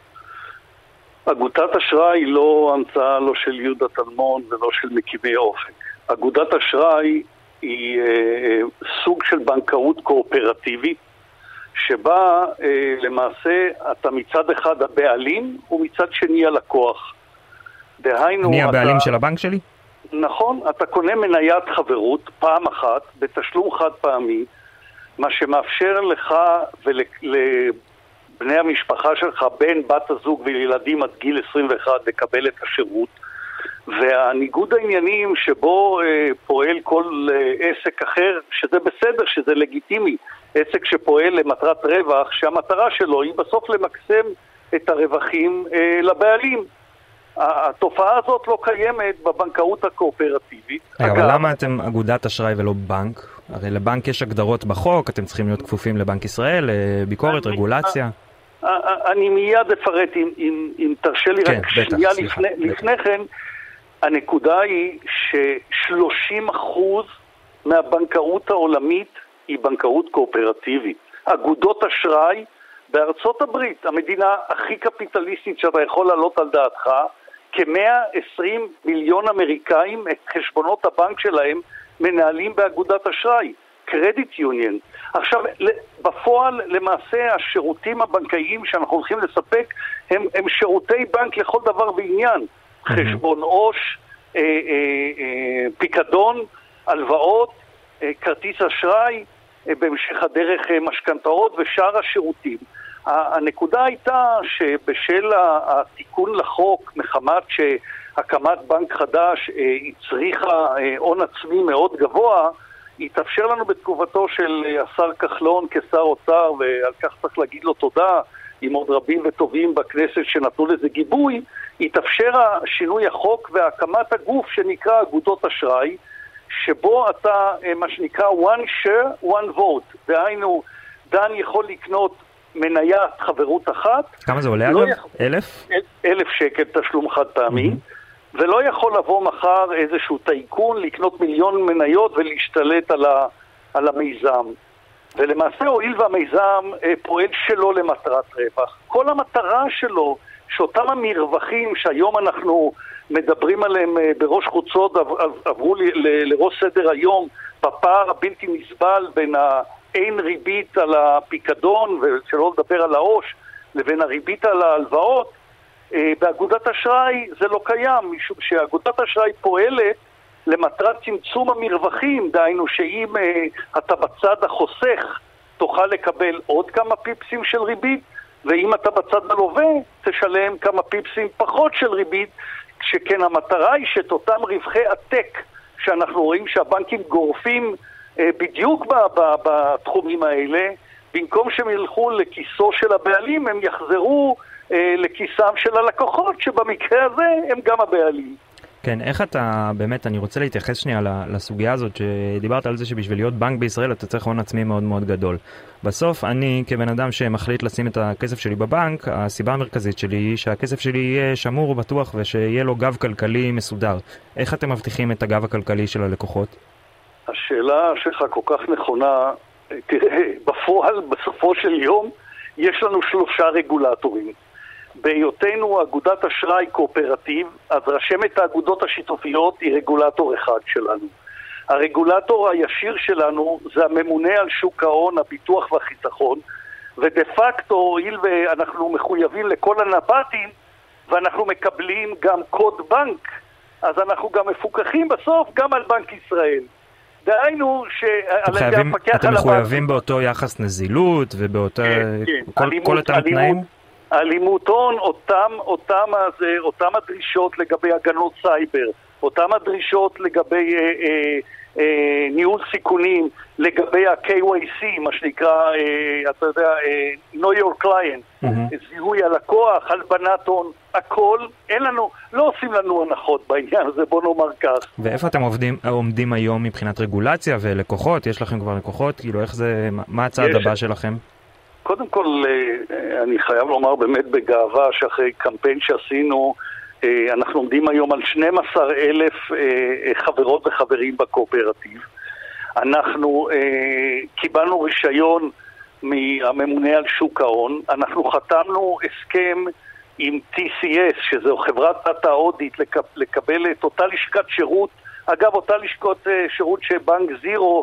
אגודת אשראי היא לא המצאה לא של יהודה טלמון ולא של מקימי אופק. אגודת אשראי היא אה, סוג של בנקאות קואופרטיבית, שבה אה, למעשה אתה מצד אחד הבעלים ומצד שני הלקוח. דהיינו, אני הבעלים אתה, של הבנק שלי? נכון, אתה קונה מניית חברות פעם אחת בתשלום חד פעמי, מה שמאפשר לך ולבני המשפחה שלך, בן, בת הזוג וילדים עד גיל עשרים ואחת לקבל את השירות. והניגוד העניינים שבו אה, פועל כל אה, עסק אחר, שזה בסדר, שזה לגיטימי, עסק שפועל למטרת רווח, שהמטרה שלו היא בסוף למקסם את הרווחים אה, לבעלים. התופעה הזאת לא קיימת בבנקאות הקואופרטיבית. אבל אגב, למה אתם אגודת אשראי ולא בנק? הרי לבנק יש הגדרות בחוק, אתם צריכים להיות כפופים לבנק ישראל, ביקורת, אני, רגולציה. אני מיד אפרט, אם, אם, אם תרשה לי כן, רק בטח, שנייה סליחה, לפני, בטח. לפני כן, הנקודה היא ש-שלושים אחוז מהבנקאות העולמית היא בנקאות קואופרטיבית. אגודות אשראי בארצות הברית, המדינה הכי קפיטליסטית שאתה יכול לעלות על דעתך, כ-מאה ועשרים מיליון אמריקאים את חשבונות הבנק שלהם מנהלים באגודת אשראי, קרדיט יוניון. עכשיו, בפועל למעשה השירותים הבנקאיים שאנחנו הולכים לספק הם, הם שירותי בנק לכל דבר ועניין. חשבון עו"ש, אה, אה, אה, פיקדון, הלוואות, אה, כרטיס אשראי, אה, בהמשך הדרך אה, משכנתאות ושאר השירותים. הנקודה הייתה שבשל התיקון לחוק, מחמת שהקמת בנק חדש אה, הצריכה אה, הון עצמי מאוד גבוה, התאפשר לנו בתקופתו של השר כחלון כשר אוצר, ועל כך צריך להגיד לו תודה, עם עוד רבים וטובים בכנסת שנתנו לזה גיבוי, התאפשר שינוי החוק והקמת הגוף שנקרא אגודות אשראי, שבו אתה, מה שנקרא one share, one vote. דהיינו, דן יכול לקנות מניית חברות אחת. כמה זה עולה לא אגב? יכול, אלף? אלף שקל תשלום חד פעמי. Mm-hmm. ולא יכול לבוא מחר איזשהו טייקון, לקנות מיליון מניות ולהשתלט על, ה, על המיזם. ולמעשה הועיל והמיזם אה, פועל שלו למטרת רווח. כל המטרה שלו, שאותם המרווחים שהיום אנחנו מדברים עליהם אה, בראש חוצות, עברו ל, ל, לראש סדר היום, בפער הבלתי נסבל בין האין ריבית על הפיקדון, ושלא לדבר על העו"ש, לבין הריבית על ההלוואות, אה, באגודת אשראי זה לא קיים, משום שאגודת אשראי פועלת למטרת צמצום המרווחים, דהיינו שאם אה, אתה בצד החוסך תוכל לקבל עוד כמה פיפסים של ריבית, ואם אתה בצד הלווה תשלם כמה פיפסים פחות של ריבית, שכן המטרה היא שאת אותם רווחי עתק שאנחנו רואים שהבנקים גורפים אה, בדיוק ב- ב- בתחומים האלה, במקום שהם ילכו לכיסו של הבעלים, הם יחזרו אה, לכיסם של הלקוחות, שבמקרה הזה הם גם הבעלים. כן, איך אתה, באמת, אני רוצה להתייחס שנייה לסוגיה הזאת, שדיברת על זה שבשביל להיות בנק בישראל אתה צריך הון עצמי מאוד מאוד גדול. בסוף, אני כבן אדם שמחליט לשים את הכסף שלי בבנק, הסיבה המרכזית שלי היא שהכסף שלי יהיה שמור ובטוח ושיהיה לו גב כלכלי מסודר. איך אתם מבטיחים את הגב הכלכלי של הלקוחות? השאלה שלך כל כך נכונה. תראה, בפועל, בסופו של יום, יש לנו שלושה רגולטורים. בהיותנו אגודת אשראי קואופרטיב, אז רשמת האגודות השיתופיות היא רגולטור אחד שלנו. הרגולטור הישיר שלנו זה הממונה על שוק ההון, הביטוח והחיסכון, ודה פקטו, הואיל ואנחנו מחויבים לכל הנבטים, ואנחנו מקבלים גם קוד בנק, אז אנחנו גם מפוקחים בסוף גם על בנק ישראל. דהיינו אתם מחויבים באותו יחס נזילות ובאותה כל אותם תנאים? אלימות הון, אותם, אותם, אותם הדרישות לגבי הגנות סייבר, אותם הדרישות לגבי אה, אה, אה, ניהול סיכונים, לגבי ה-קיי וואי סי, מה שנקרא, אה, אתה יודע, אה, know your client, mm-hmm. זיהוי הלקוח, הלבנת הון, הכל, אין לנו, לא עושים לנו הנחות בעניין הזה, בוא נאמר כך. ואיפה אתם עובדים, עומדים היום מבחינת רגולציה ולקוחות? יש לכם כבר לקוחות? כאילו, איך זה, מה הצעד הבא שלכם? קודם כל, אני חייב לומר באמת בגאווה שאחרי קמפיין שעשינו, אנחנו עומדים היום על שנים עשר אלף חברות וחברים בקואופרטיב. אנחנו קיבלנו רישיון מהממונה על שוק ההון, אנחנו חתמנו הסכם עם טי סי אס, שזו חברת דאטה אודיט, לקבל את אותה לשכת שירות, אגב אותה לשכת שירות שבנק זירו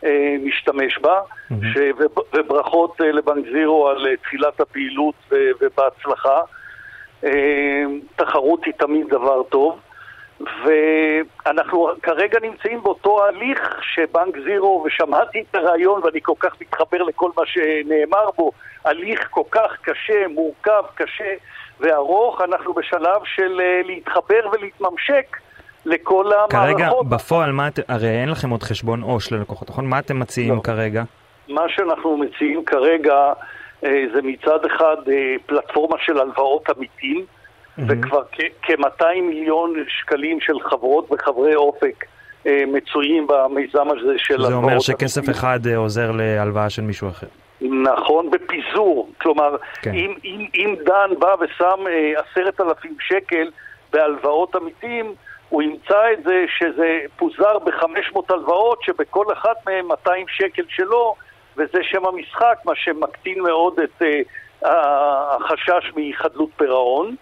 משתמש בה, ש... וברכות לבנק זירו על תחילת הפעילות ובהצלחה. תחרות היא תמיד דבר טוב, ואנחנו כרגע נמצאים באותו הליך שבנק זירו, ושמעתי את הרעיון ואני כל כך מתחבר לכל מה שנאמר בו, הליך כל כך קשה, מורכב, קשה וארוך, אנחנו בשלב של להתחבר ולהתממשק לכל המערכות. כרגע בפועל, מה, הרי אין לכם עוד חשבון עו"ש ללקוחות, נכון? מה אתם מציעים לא. כרגע? מה שאנחנו מציעים כרגע זה מצד אחד פלטפורמה של הלוואות עמיתים, mm-hmm. וכבר כ-מאתיים מיליון שקלים של חברות וחברי אופק מצויים במיזם הזה של הלוואות. זה אומר שכסף עמיתים. אחד עוזר להלוואה של מישהו אחר. נכון, בפיזור. כלומר, כן. אם, אם, אם דן בא ושם עשרת אלפים שקל בהלוואות עמיתים, הוא ימצא את זה שזה פוזר ב-חמש מאות הלוואות, שבכל אחת מהן מאתיים שקל שלו, וזה שם המשחק, מה שמקטין מאוד את uh, החשש מחדלות פירעון.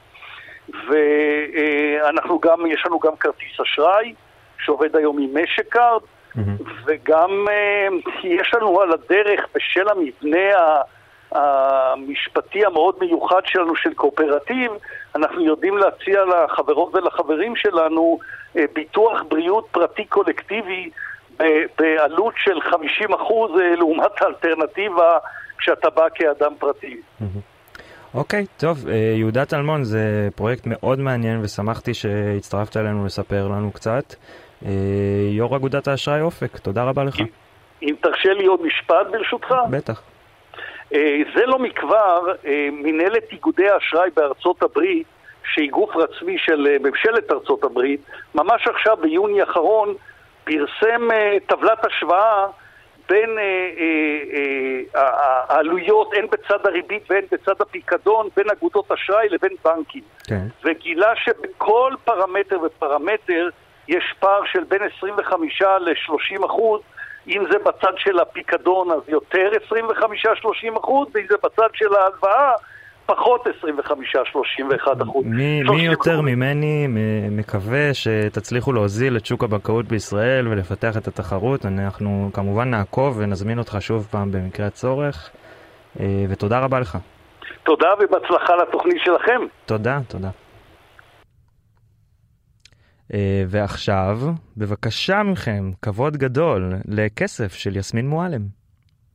ואנחנו גם, יש לנו גם כרטיס אשראי, שעובד היום עם משק קארד, mm-hmm. וגם uh, יש לנו על הדרך, בשל המבנה המשפטי המאוד מיוחד שלנו של קואופרטיב, אנחנו יודעים להציע לחברות ולחברים שלנו uh, ביטוח בריאות פרטי קולקטיבי, בעלות של חמישים אחוז לעומת האלטרנטיבה כשאתה בא כאדם פרטי. אוקיי, טוב, יהודה טלמון, זה פרויקט מאוד מעניין ושמחתי שהצטרפת אלינו לספר לנו קצת. יו"ר אגודת האשראי אופק, תודה רבה לך. אם תרשה לי עוד משפט ברשותך? בטח. זה לא מכבר, מנהלת איגודי האשראי בארצות הברית, שהיא גוף רצמי של ממשלת ארצות הברית, ממש עכשיו ביוני האחרון, פרסם טבלת השוואה בין העלויות, הן בצד הריבית והן בצד הפיקדון, בין אגודות אשראי לבין בנקים. כן. וגילה שבכל פרמטר ופרמטר יש פער של בין עשרים וחמישה לשלושים אחוז, אם זה בצד של הפיקדון אז יותר עשרים וחמישה שלושים אחוז, ואם זה בצד של ההלוואה פחות עשרים וחמישה שלושים ואחד אחוז. מי, מי יותר ממני מקווה שתצליחו להוזיל את שוק הבנקאות בישראל ולפתח את התחרות. אנחנו כמובן נעקוב ונזמין אותך שוב פעם במקרה הצורך, ותודה רבה לך. תודה ובהצלחה לתוכנית שלכם. תודה, תודה. ועכשיו, בבקשה מכם, כבוד גדול לכסף של יסמין מועלם.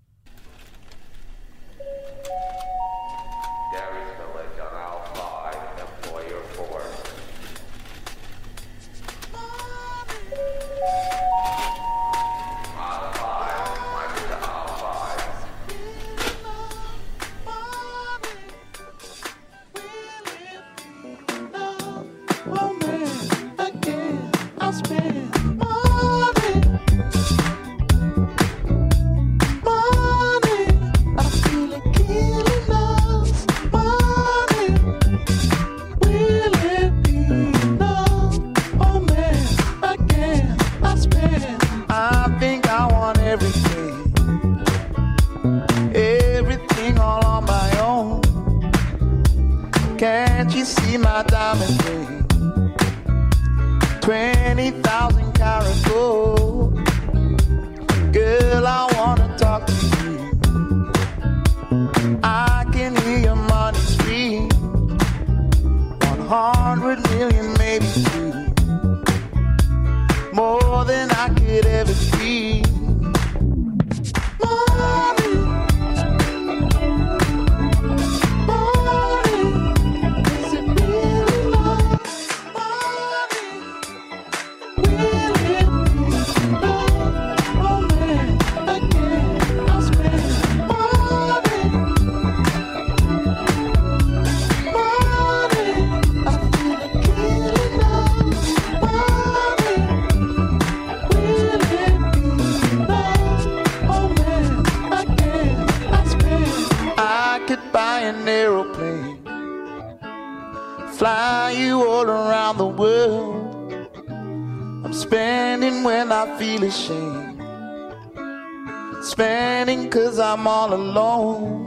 Spending cause I'm all alone.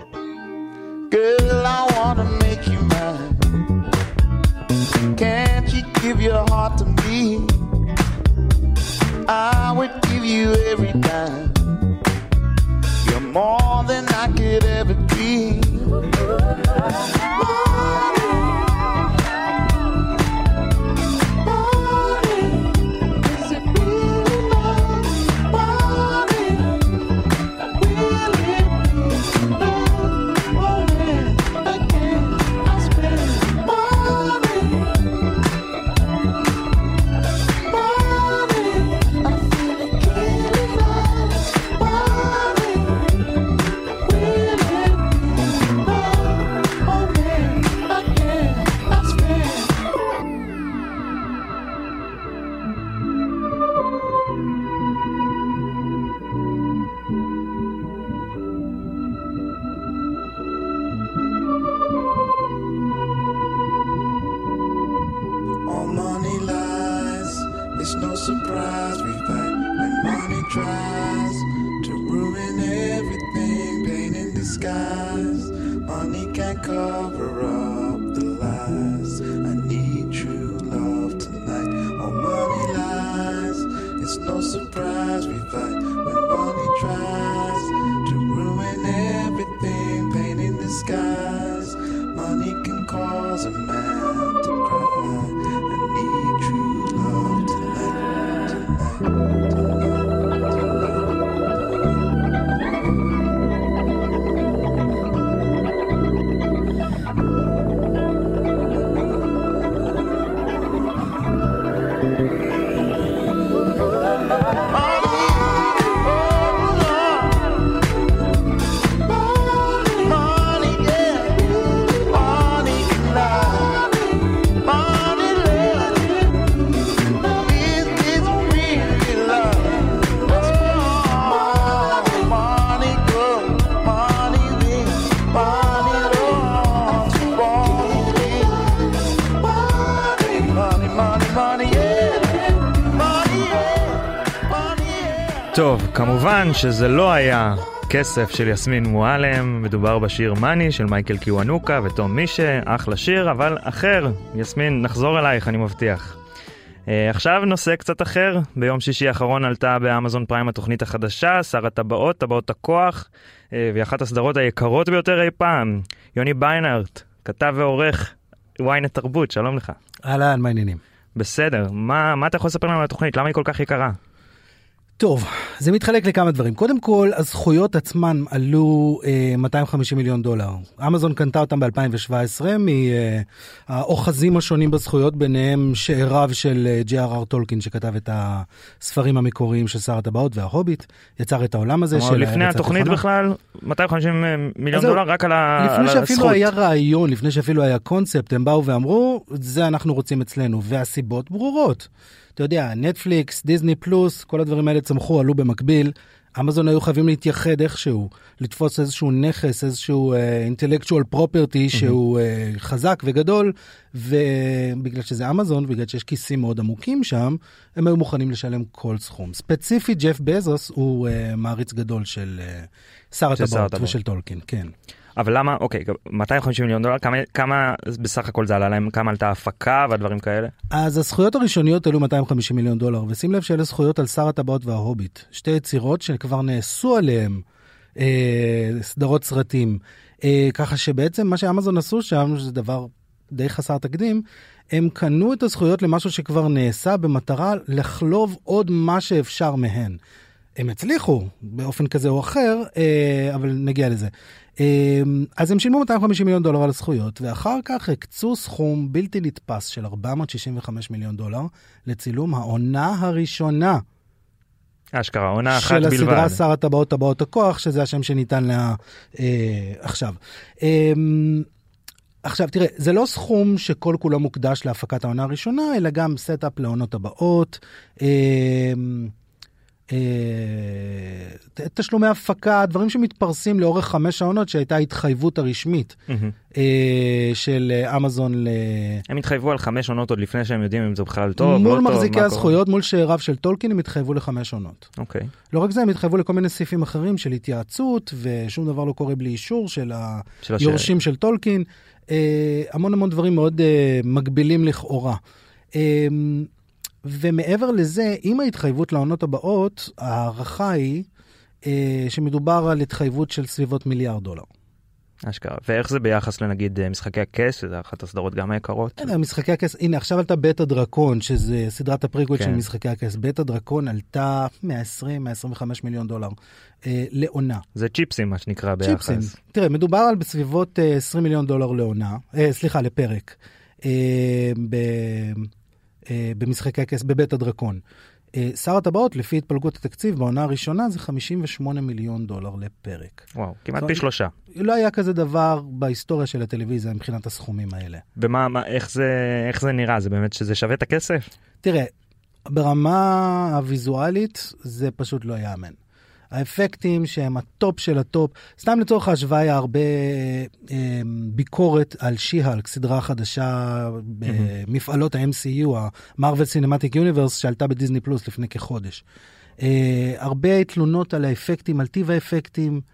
Girl, I wanna make you mine. Can't you give your heart to me? I would give you every dime. You're more than I could ever dream. Money. can't cover up the lies. I need true love tonight. All money lies, it's no surprise we fight when money tries to ruin everything. Pain in disguise, money can cause a man to cry. I need true love tonight, tonight, tonight. טוב, כמובן שזה לא היה כסף של יסמין מועלם, מדובר בשיר מאני של מייקל קיוונוקה ותום מישה, אחלה שיר, אבל אחר. יסמין, נחזור אלייך, אני מבטיח. Uh, עכשיו נושא קצת אחר, ביום שישי האחרון עלתה באמזון פריים התוכנית החדשה, שר הטבעות, טבעות הכוח, uh, והיא אחת הסדרות היקרות ביותר אי פעם. יוני ביינרט, כתב ועורך, וויינט תרבות, שלום לך. אהלן, מה העניינים? בסדר, מה, מה אתה יכול לספר לנו על התוכנית? למה היא כל כך יקרה? טוב, זה מתחלק לכמה דברים. קודם כל, הזכויות עצמן עלו אה, מאתיים וחמישים מיליון דולר. אמזון קנתה אותם ב-אלפיים שבע עשרה מהאוחזים השונים בזכויות, ביניהם שעריו של ג'י אר אר טולקין, שכתב את הספרים המקוריים של שר הטבעות וההוביט, יצר את העולם הזה של לפני התוכנית בכלל, מאתיים וחמישים מיליון דולר רק על הזכות. לפני שאפילו היה רעיון, לפני שאפילו היה קונספט, הם באו ואמרו, זה אנחנו רוצים אצלנו, והסיבות ברורות. אתה יודע, נטפליקס, דיזני פלוס, כל הדברים האלה צמחו, עלו במקביל. אמזון היו חייבים להתייחד איכשהו, לתפוס איזשהו נכס, איזשהו אינטלקטואל פרופרטי שהוא uh, חזק וגדול, ובגלל שזה אמזון, בגלל שיש כיסים מאוד עמוקים שם, הם היו מוכנים לשלם כל סכום. ספציפית, ג'ף בזוס הוא uh, מעריץ גדול של uh, שר הטבעות ושל טולקין, כן. אבל למה, אוקיי, מאתיים וחמישים מיליון דולר, כמה, כמה בסך הכל זה עלה להם, כמה עלתה הפקה והדברים כאלה? אז הזכויות הראשוניות עלו מאתיים וחמישים מיליון דולר, ושים לב שאלה זכויות על שר הטבעות וההוביט. שתי יצירות שכבר נעשו עליהם אה, סדרות סרטים. אה, ככה שבעצם מה שאמזון עשו שם, שזה דבר די חסר תקדים, הם קנו את הזכויות למשהו שכבר נעשה במטרה לחלוב עוד מה שאפשר מהן. הם הצליחו באופן כזה או אחר, אה, אבל נגיע לזה. אז הם שילמו מאתיים וחמישים מיליון דולר על הזכויות, ואחר כך הקצו סכום בלתי נתפס של ארבע מאות שישים וחמישה מיליון דולר לצילום העונה הראשונה. אשכרה, עונה אחת של בלבד. של הסדרה שר הטבעות, טבעות הכוח, שזה השם שניתן לה אה, עכשיו. אה, עכשיו, תראה, זה לא סכום שכל כולו מוקדש להפקת העונה הראשונה, אלא גם סטאפ לעונות הבאות, אה, תשלומי הפקה, דברים שמתפרסים לאורך חמש העונות, שהייתה ההתחייבות הרשמית של אמזון. הם התחייבו על חמש עונות עוד לפני שהם יודעים אם זה בכלל טוב, לא טוב. מול מחזיקי הזכויות, מול שעריו של טולקין, הם התחייבו לחמש עונות. אוקיי. לא רק זה, הם התחייבו לכל מיני סעיפים אחרים של התייעצות, ושום דבר לא קורה בלי אישור של היורשים של טולקין. המון המון דברים מאוד מגבילים לכאורה. ומעבר לזה, עם ההתחייבות לעונות הבאות, הערכה היא אה, שמדובר על התחייבות של סביבות מיליארד דולר. אשכרה. ואיך זה ביחס לנגיד משחקי הכס, שזה אחת הסדרות גם היקרות? הנה, משחקי הכס, הנה, עכשיו עלתה בית הדרקון, שזה סדרת הפריקוול כן. של משחקי הכס. בית הדרקון עלתה מאה ועשרים עד מאה עשרים וחמישה מיליון דולר אה, לעונה. זה צ'יפסים, מה שנקרא ביחס. צ'יפסים. תראה, מדובר על בסביבות אה, עשרים מיליון דולר לעונה, אה, סליחה, לפרק. אה, ב... במשחקי הכס בבית הדרקון. שר הטבעות, לפי התפלגות התקציב, בעונה הראשונה זה חמישים ושמונה מיליון דולר לפרק. וואו, כמעט פי שלושה. לא היה כזה דבר בהיסטוריה של הטלוויזיה מבחינת הסכומים האלה. ומה, מה, איך זה, איך זה נראה? זה באמת שזה שווה את הכסף? תראה, ברמה הוויזואלית זה פשוט לא יאמן. האפקטים שהם הטופ של הטופ, סתם לצורך ההשוואה היה הרבה אה, ביקורת על שי-הלק, סדרה חדשה במפעלות ה-אם סי יו, ה-Marvel Cinematic Universe, שעלתה בדיזני פלוס לפני כחודש. אה, הרבה תלונות על האפקטים, על טיב האפקטים,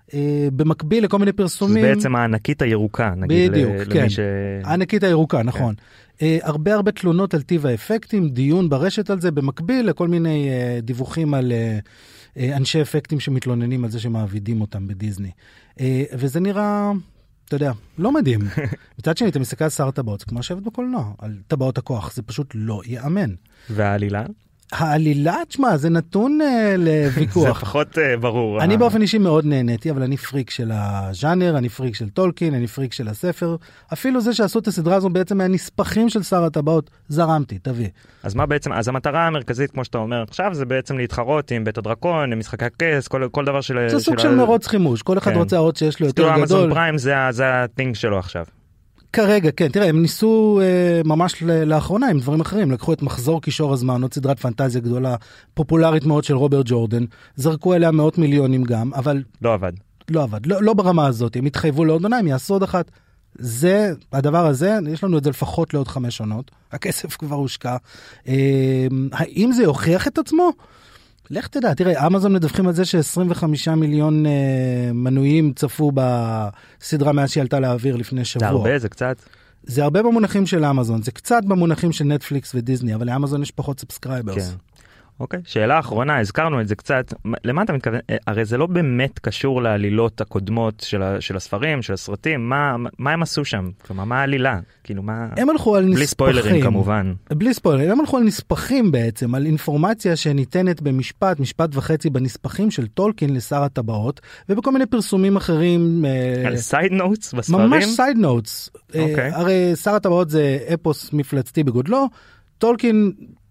במקביל לכל מיני פרסומים. זה בעצם הענקית הירוקה, נגיד. בדיוק, כן. ש... הענקית הירוקה, נכון. כן. הרבה הרבה תלונות על טיב האפקטים, דיון ברשת על זה, במקביל לכל מיני דיווחים על אנשי אפקטים שמתלוננים על זה שמעבידים אותם בדיזני. וזה נראה, אתה יודע, לא מדהים. מצד שני, אתה מסתכל על שר הטבעות, זה כמו לשבת בקולנוע, על טבעות הכוח, זה פשוט לא יאמן. והעלילה? העלילה, תשמע, זה נתון uh, לוויכוח. זה פחות uh, ברור. אני באופן אישי מאוד נהניתי, אבל אני פריק של הז'אנר, אני פריק של טולקין, אני פריק של הספר. אפילו זה שעשו את הסדרה הזו בעצם מהנספחים של שר הטבעות, זרמתי, תביא. אז מה בעצם, אז המטרה המרכזית, כמו שאתה אומר עכשיו, זה בעצם להתחרות עם בית הדרקון, עם משחקי הכס, כל, כל דבר של... זה סוג של, של מרוץ חימוש, כל אחד כן. רוצה עוד שיש לו יותר גדול. אמזון פריים זה, זה הטינג שלו עכשיו. כרגע, כן, תראה, הם ניסו אה, ממש לאחרונה עם דברים אחרים, לקחו את מחזור קישור הזמן, עוד סדרת פנטזיה גדולה, פופולרית מאוד של רוברט ג'ורדן, זרקו אליה מאות מיליונים גם, אבל... לא עבד. לא עבד, לא, לא ברמה הזאת, הם התחייבו לעוד עונה, הם יעשו עוד אחת. זה, הדבר הזה, יש לנו את זה לפחות לעוד חמש עונות, הכסף כבר הושקע. אה, האם זה יוכיח את עצמו? לך תדע, תראה, אמזון מדווחים על זה ש-עשרים וחמישה מיליון אה, מנויים צפו בסדרה מאז שהיא עלתה לאוויר לפני שבוע. זה הרבה, זה קצת? זה הרבה במונחים של אמזון, זה קצת במונחים של נטפליקס ודיזני, אבל לאמזון יש פחות סאבסקרייברס. כן. אוקיי, שאלה אחרונה, הזכרנו את זה קצת, למה אתה מתכוון? הרי זה לא באמת קשור לעלילות הקודמות של, ה, של הספרים, של הסרטים, מה, מה הם עשו שם? כלומר, מה העלילה? כאילו, מה... הם הלכו על נספחים. בלי ספוילרים כמובן. בלי ספוילרים, הם הלכו על נספחים בעצם, על אינפורמציה שניתנת במשפט, משפט וחצי בנספחים של טולקין לשר הטבעות, ובכל מיני פרסומים אחרים. על סייד נוטס בספרים? ממש סייד נוטס. אוקיי. הרי שר הטבעות זה אפוס מפלצתי בגודלו, טולקין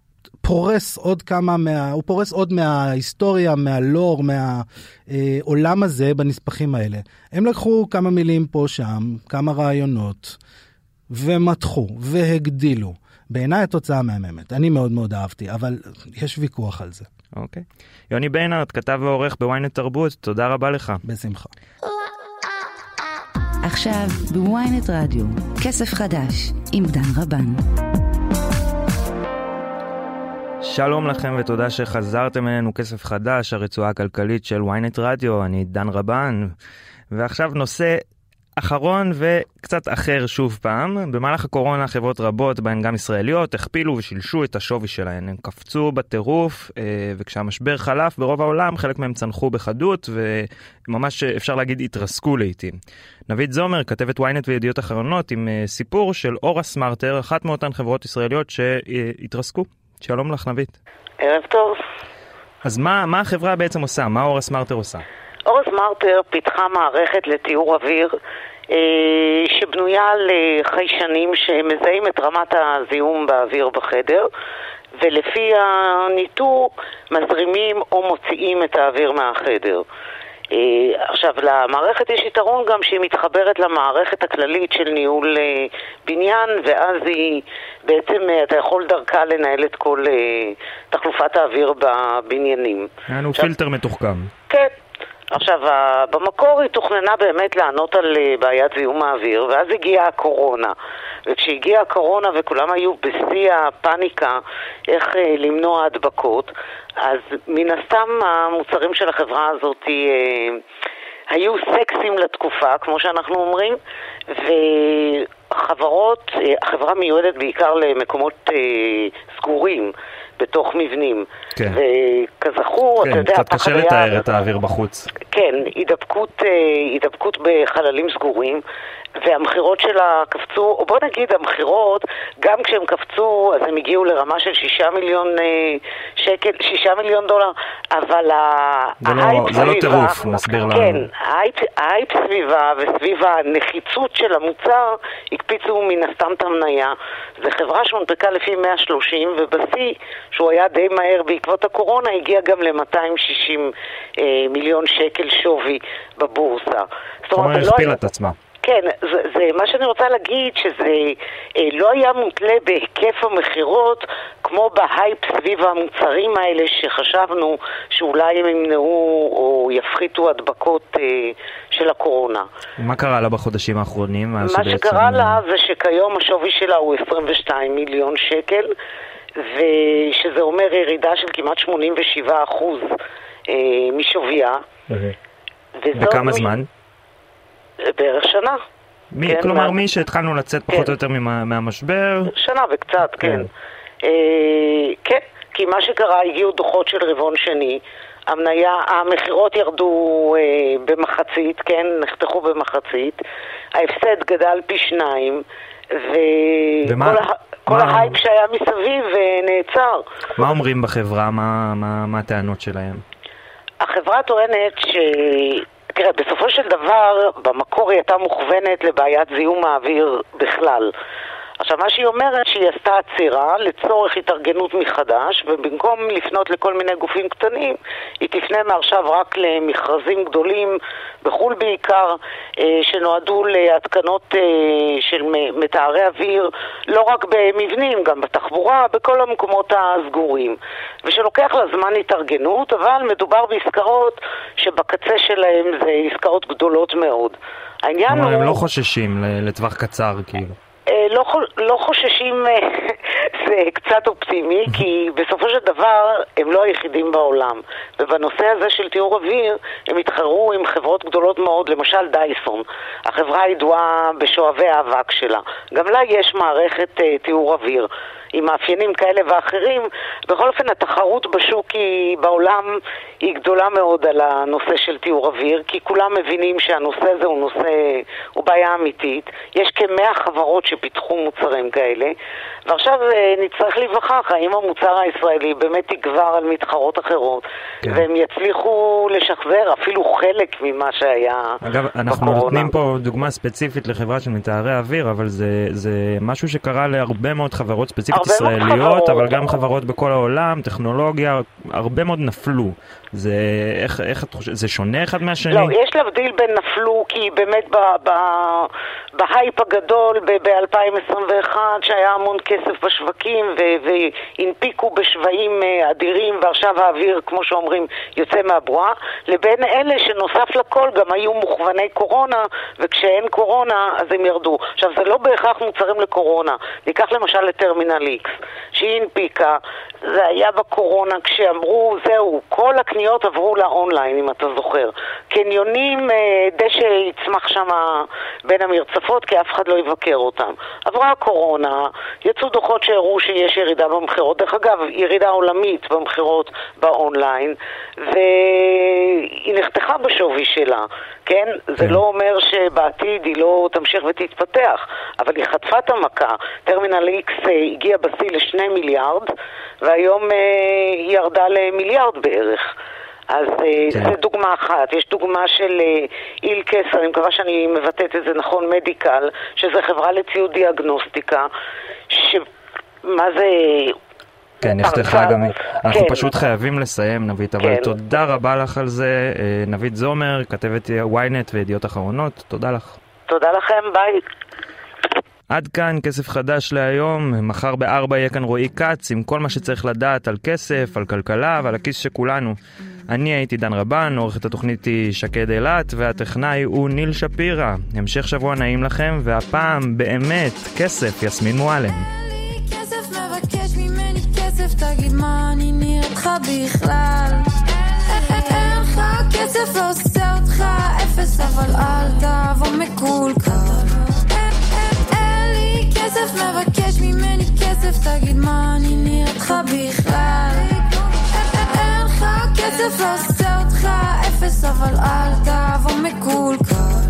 פורס עוד כמה מה, הוא פורס עוד מההיסטוריה, מהלור, מהעולם הזה בנספחים האלה. הם לקחו כמה מילים פה שם, כמה רעיונות, ומתחו, והגדילו. בעיניי התוצאה מהממת. אני מאוד מאוד אהבתי, אבל יש ויכוח על זה. אוקיי. יוני ביינארט, כתב ועורך בוויינט תרבות, תודה רבה לך. בשמחה. עכשיו בוויינט רדיו, כסף חדש, עם דן רבן. שלום לכם ותודה שחזרתם אלינו, כסף חדש, הרצועה הכלכלית של וויינט רדיו, אני דן רבן, ועכשיו נושא אחרון וקצת אחר שוב פעם. במהלך הקורונה חברות רבות, בהן גם ישראליות, הכפילו ושילשו את השווי שלהן. הם קפצו בטירוף, וכשהמשבר חלף ברוב העולם, חלק מהם צנחו בחדות, וממש אפשר להגיד התרסקו לעתים. נבית זומר, כתבת וויינט וידיעות אחרונות, עם סיפור של אורה סמארטר, אחת מאותן חברות ישראליות שהתרסקו. שלום לך נבית. ערב טוב. אז מה, מה החברה בעצם עושה? מה אורה סמארטר עושה? אורה סמארטר פיתחה מערכת לתיאור אוויר אה, שבנויה על חיישנים שמזהים את רמת הזיהום באוויר בחדר, ולפי הניטור מזרימים או מוציאים את האוויר מהחדר. Uh, עכשיו, למערכת יש יתרון גם שהיא מתחברת למערכת הכללית של ניהול uh, בניין, ואז היא בעצם, uh, אתה יכול דרכה לנהל את כל uh, תחלופת האוויר בבניינים. היה עכשיו, פילטר מתוחכם. כן. עכשיו, uh, במקור היא תוכננה באמת לענות על uh, בעיית זיהום האוויר, ואז הגיעה הקורונה. וכשהגיעה הקורונה וכולם היו בשיא הפאניקה איך uh, למנוע הדבקות, אז מן הסתם המוצרים של החברה הזאת אה, היו סקסים לתקופה, כמו שאנחנו אומרים, וחברות, אה, החברה מיועדת בעיקר למקומות אה, סגורים בתוך מבנים. כן. וכזכור, כן, אתה יודע, קצת קשה לתאר את האוויר בחוץ. כן, הידבקות, אה, הידבקות בחללים סגורים, והמחירות שלה קפצו, או בוא נגיד המחירות, גם כשהם קפצו, אז הם הגיעו לרמה של שישה מיליון שקל, שישה מיליון דולר, אבל ההייפ סביבה... זה לא טירוף, מסביר לנו. כן, ההייפ סביבה וסביב הנחיצות של המוצר, הקפיצו מן הסתם את המניה. זו חברה שהונפקה לפי מאה ושלושים, ובשיא, שהוא היה די מהר בעקבות הקורונה, הגיע גם ל-מאתיים ושישים מיליון שקל שווי בבורסה. זאת אומרת, הכפילה את עצמה. כן, זה, זה מה שאני רוצה להגיד, שזה אה, לא היה מותלה בהיקף המחירות כמו בהייפ סביב המוצרים האלה שחשבנו שאולי הם ימנעו או יפחיתו הדבקות אה, של הקורונה. מה קרה לה בחודשים האחרונים? מה שקרה לה זה שכיום השווי שלה הוא עשרים ושניים מיליון שקל, ושזה אומר ירידה של כמעט שמונים ושבעה אחוז אה, משוויה. וכמה זמן? בערך שנה. מי, כן, כלומר, מה... מי שהתחלנו לצאת כן. פחות או יותר מה, מהמשבר? שנה וקצת, כן. כן. אה, כן, כי מה שקרה, הגיעו דוחות של רבעון שני, המניה, המחירות ירדו אה, במחצית, כן, נחתכו במחצית, ההפסד גדל פי שניים, וכל ה... כל ההייפ שהיה מסביב נעצר. מה אומרים בחברה? מה, מה, מה הטענות שלהם? החברה טוענת ש... תראה, בסופו של דבר, במקור היא הייתה מוכוונת לבעיית זיהום האוויר בכלל. עכשיו, מה שהיא אומרת, שהיא עשתה עצירה לצורך התארגנות מחדש, ובמקום לפנות לכל מיני גופים קטנים, היא תפנה מעכשיו רק למכרזים גדולים, בחול בעיקר, שנועדו להתקנות של מתארי אוויר, לא רק במבנים, גם בתחבורה, בכל המקומות הסגורים. ושלוקח לה זמן התארגנות, אבל מדובר בעסקאות שבקצה שלהם זה עסקאות גדולות מאוד. העניין הוא... הם לא חוששים לטווח קצר, כאילו. לא, לא חוששים, זה קצת אופטימי, כי בסופו של דבר הם לא היחידים בעולם. ובנושא הזה של תיאור אוויר, הם התחרו עם חברות גדולות מאוד, למשל דייסון, החברה הידועה בשואבי האבק שלה. גם לה יש מערכת תיאור אוויר. עם מאפיינים כאלה ואחרים. בכל אופן, התחרות בשוק היא, בעולם היא גדולה מאוד על הנושא של תיאור אוויר, כי כולם מבינים שהנושא הזה הוא נושא, הוא בעיה אמיתית. יש כמאה חברות שפיתחו מוצרים כאלה, ועכשיו נצטרך להיווכח האם המוצר הישראלי באמת יגבר על מתחרות אחרות, כן. והם יצליחו לשחזר אפילו חלק ממה שהיה אגב, אנחנו בקורונה. נותנים פה דוגמה ספציפית לחברה של מתארי אוויר, אבל זה, זה משהו שקרה להרבה מאוד חברות ספציפית ישראליות, אבל גם חברות בכל העולם, טכנולוגיה, הרבה מאוד נפלו. זה, איך, איך את חושבת, זה שונה אחד מהשני? לא, יש להבדיל בין נפלו, כי באמת ב, ב, בהייפ הגדול ב-אלפיים עשרים ואחת, שהיה המון כסף בשווקים, ו- והנפיקו בשווים אדירים, ועכשיו האוויר, כמו שאומרים, יוצא מהבועה, לבין אלה שנוסף לכל גם היו מוכווני קורונה, וכשאין קורונה, אז הם ירדו. עכשיו, זה לא בהכרח מוצרים לקורונה. ניקח למשל לטרמינל איקס, שהיא הנפיקה, זה היה בקורונה כשאמרו, זהו, כל הקניות עברו לאונליין, אם אתה זוכר. קניונים, דשא יצמח שם בין המרצפות, כי אף אחד לא יבקר אותם. עברה הקורונה, יצאו דוחות שהראו שיש ירידה במחירות, דרך אגב, ירידה עולמית במחירות באונליין, והיא נחתכה בשווי שלה, כן? זה לא אומר שבעתיד היא לא תמשיך ותתפתח, אבל היא חטפה את המכה. טרמינל איקס הגיע בשיא לשני מיליארד, והיום היא ירדה למיליארד בערך. אז כן. זו דוגמה אחת. יש דוגמה של איל קסר, אני מקווה שאני מבטאת את זה נכון, מדיקל, שזה חברה לציוד דיאגנוסטיקה, שמה זה... כן, נחתכה גם. אנחנו כן. פשוט חייבים לסיים, נבית, אבל כן. תודה רבה לך על זה. נבית זומר, כתבת וויינט וידיעות אחרונות, תודה לך. תודה לכם, ביי. עד כאן כסף חדש להיום. מחר בארבע יהיה כאן רועי קץ עם כל מה שצריך לדעת על כסף, על כלכלה ועל הכיס שכולנו. אני הייתי דן רבן, עורכת התוכנית היא שקד אילת, והטכנאי הוא ניל שפירא. המשך שבוע נעים לכם, והפעם באמת כסף, יסמין מועלם. אין לי כסף, מבקש ממני כסף, תגיד מה אני נראית לך בכלל. אין לך כסף, לא עושה אותך אפס, אבל אל תבוא מקולקל. אין לי כסף, מבקש ממני כסף, תגיד מה אני נראית לך בכלל. אין לך כסף, לא עושה אותך אפס, אבל אל תבוא מקולקל.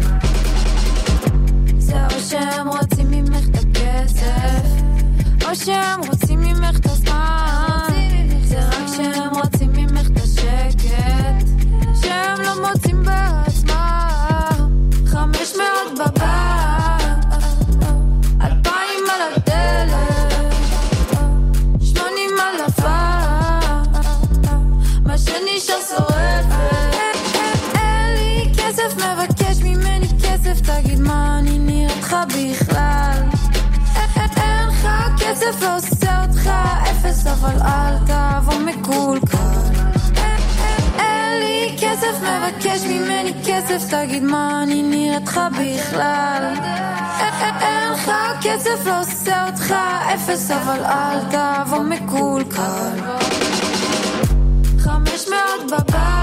זה או שהם רוצים ממך את הכסף, או שהם רוצים ממך את הזמן. זה רק שהם רוצים ממך את השקט, שהם לא מוצאים בעצמם. חמש מאות בבית, אלפיים על הדלת, שמונים על הפעם, מה שנשאר שורפת. אין לי כסף, מבקש ממני כסף, תגיד מה אני נראית לך בכלל. אין לך כסף, לא עושה אותך אפס, אבל אל תבוא מקולקל. אין לי כסף, מבקש ממני כסף, תגיד מה אני נראית לך בכלל. אין לך כסף, לא עושה אותך אפס, אבל אל תבוא מקולקל. חמש מאות בבית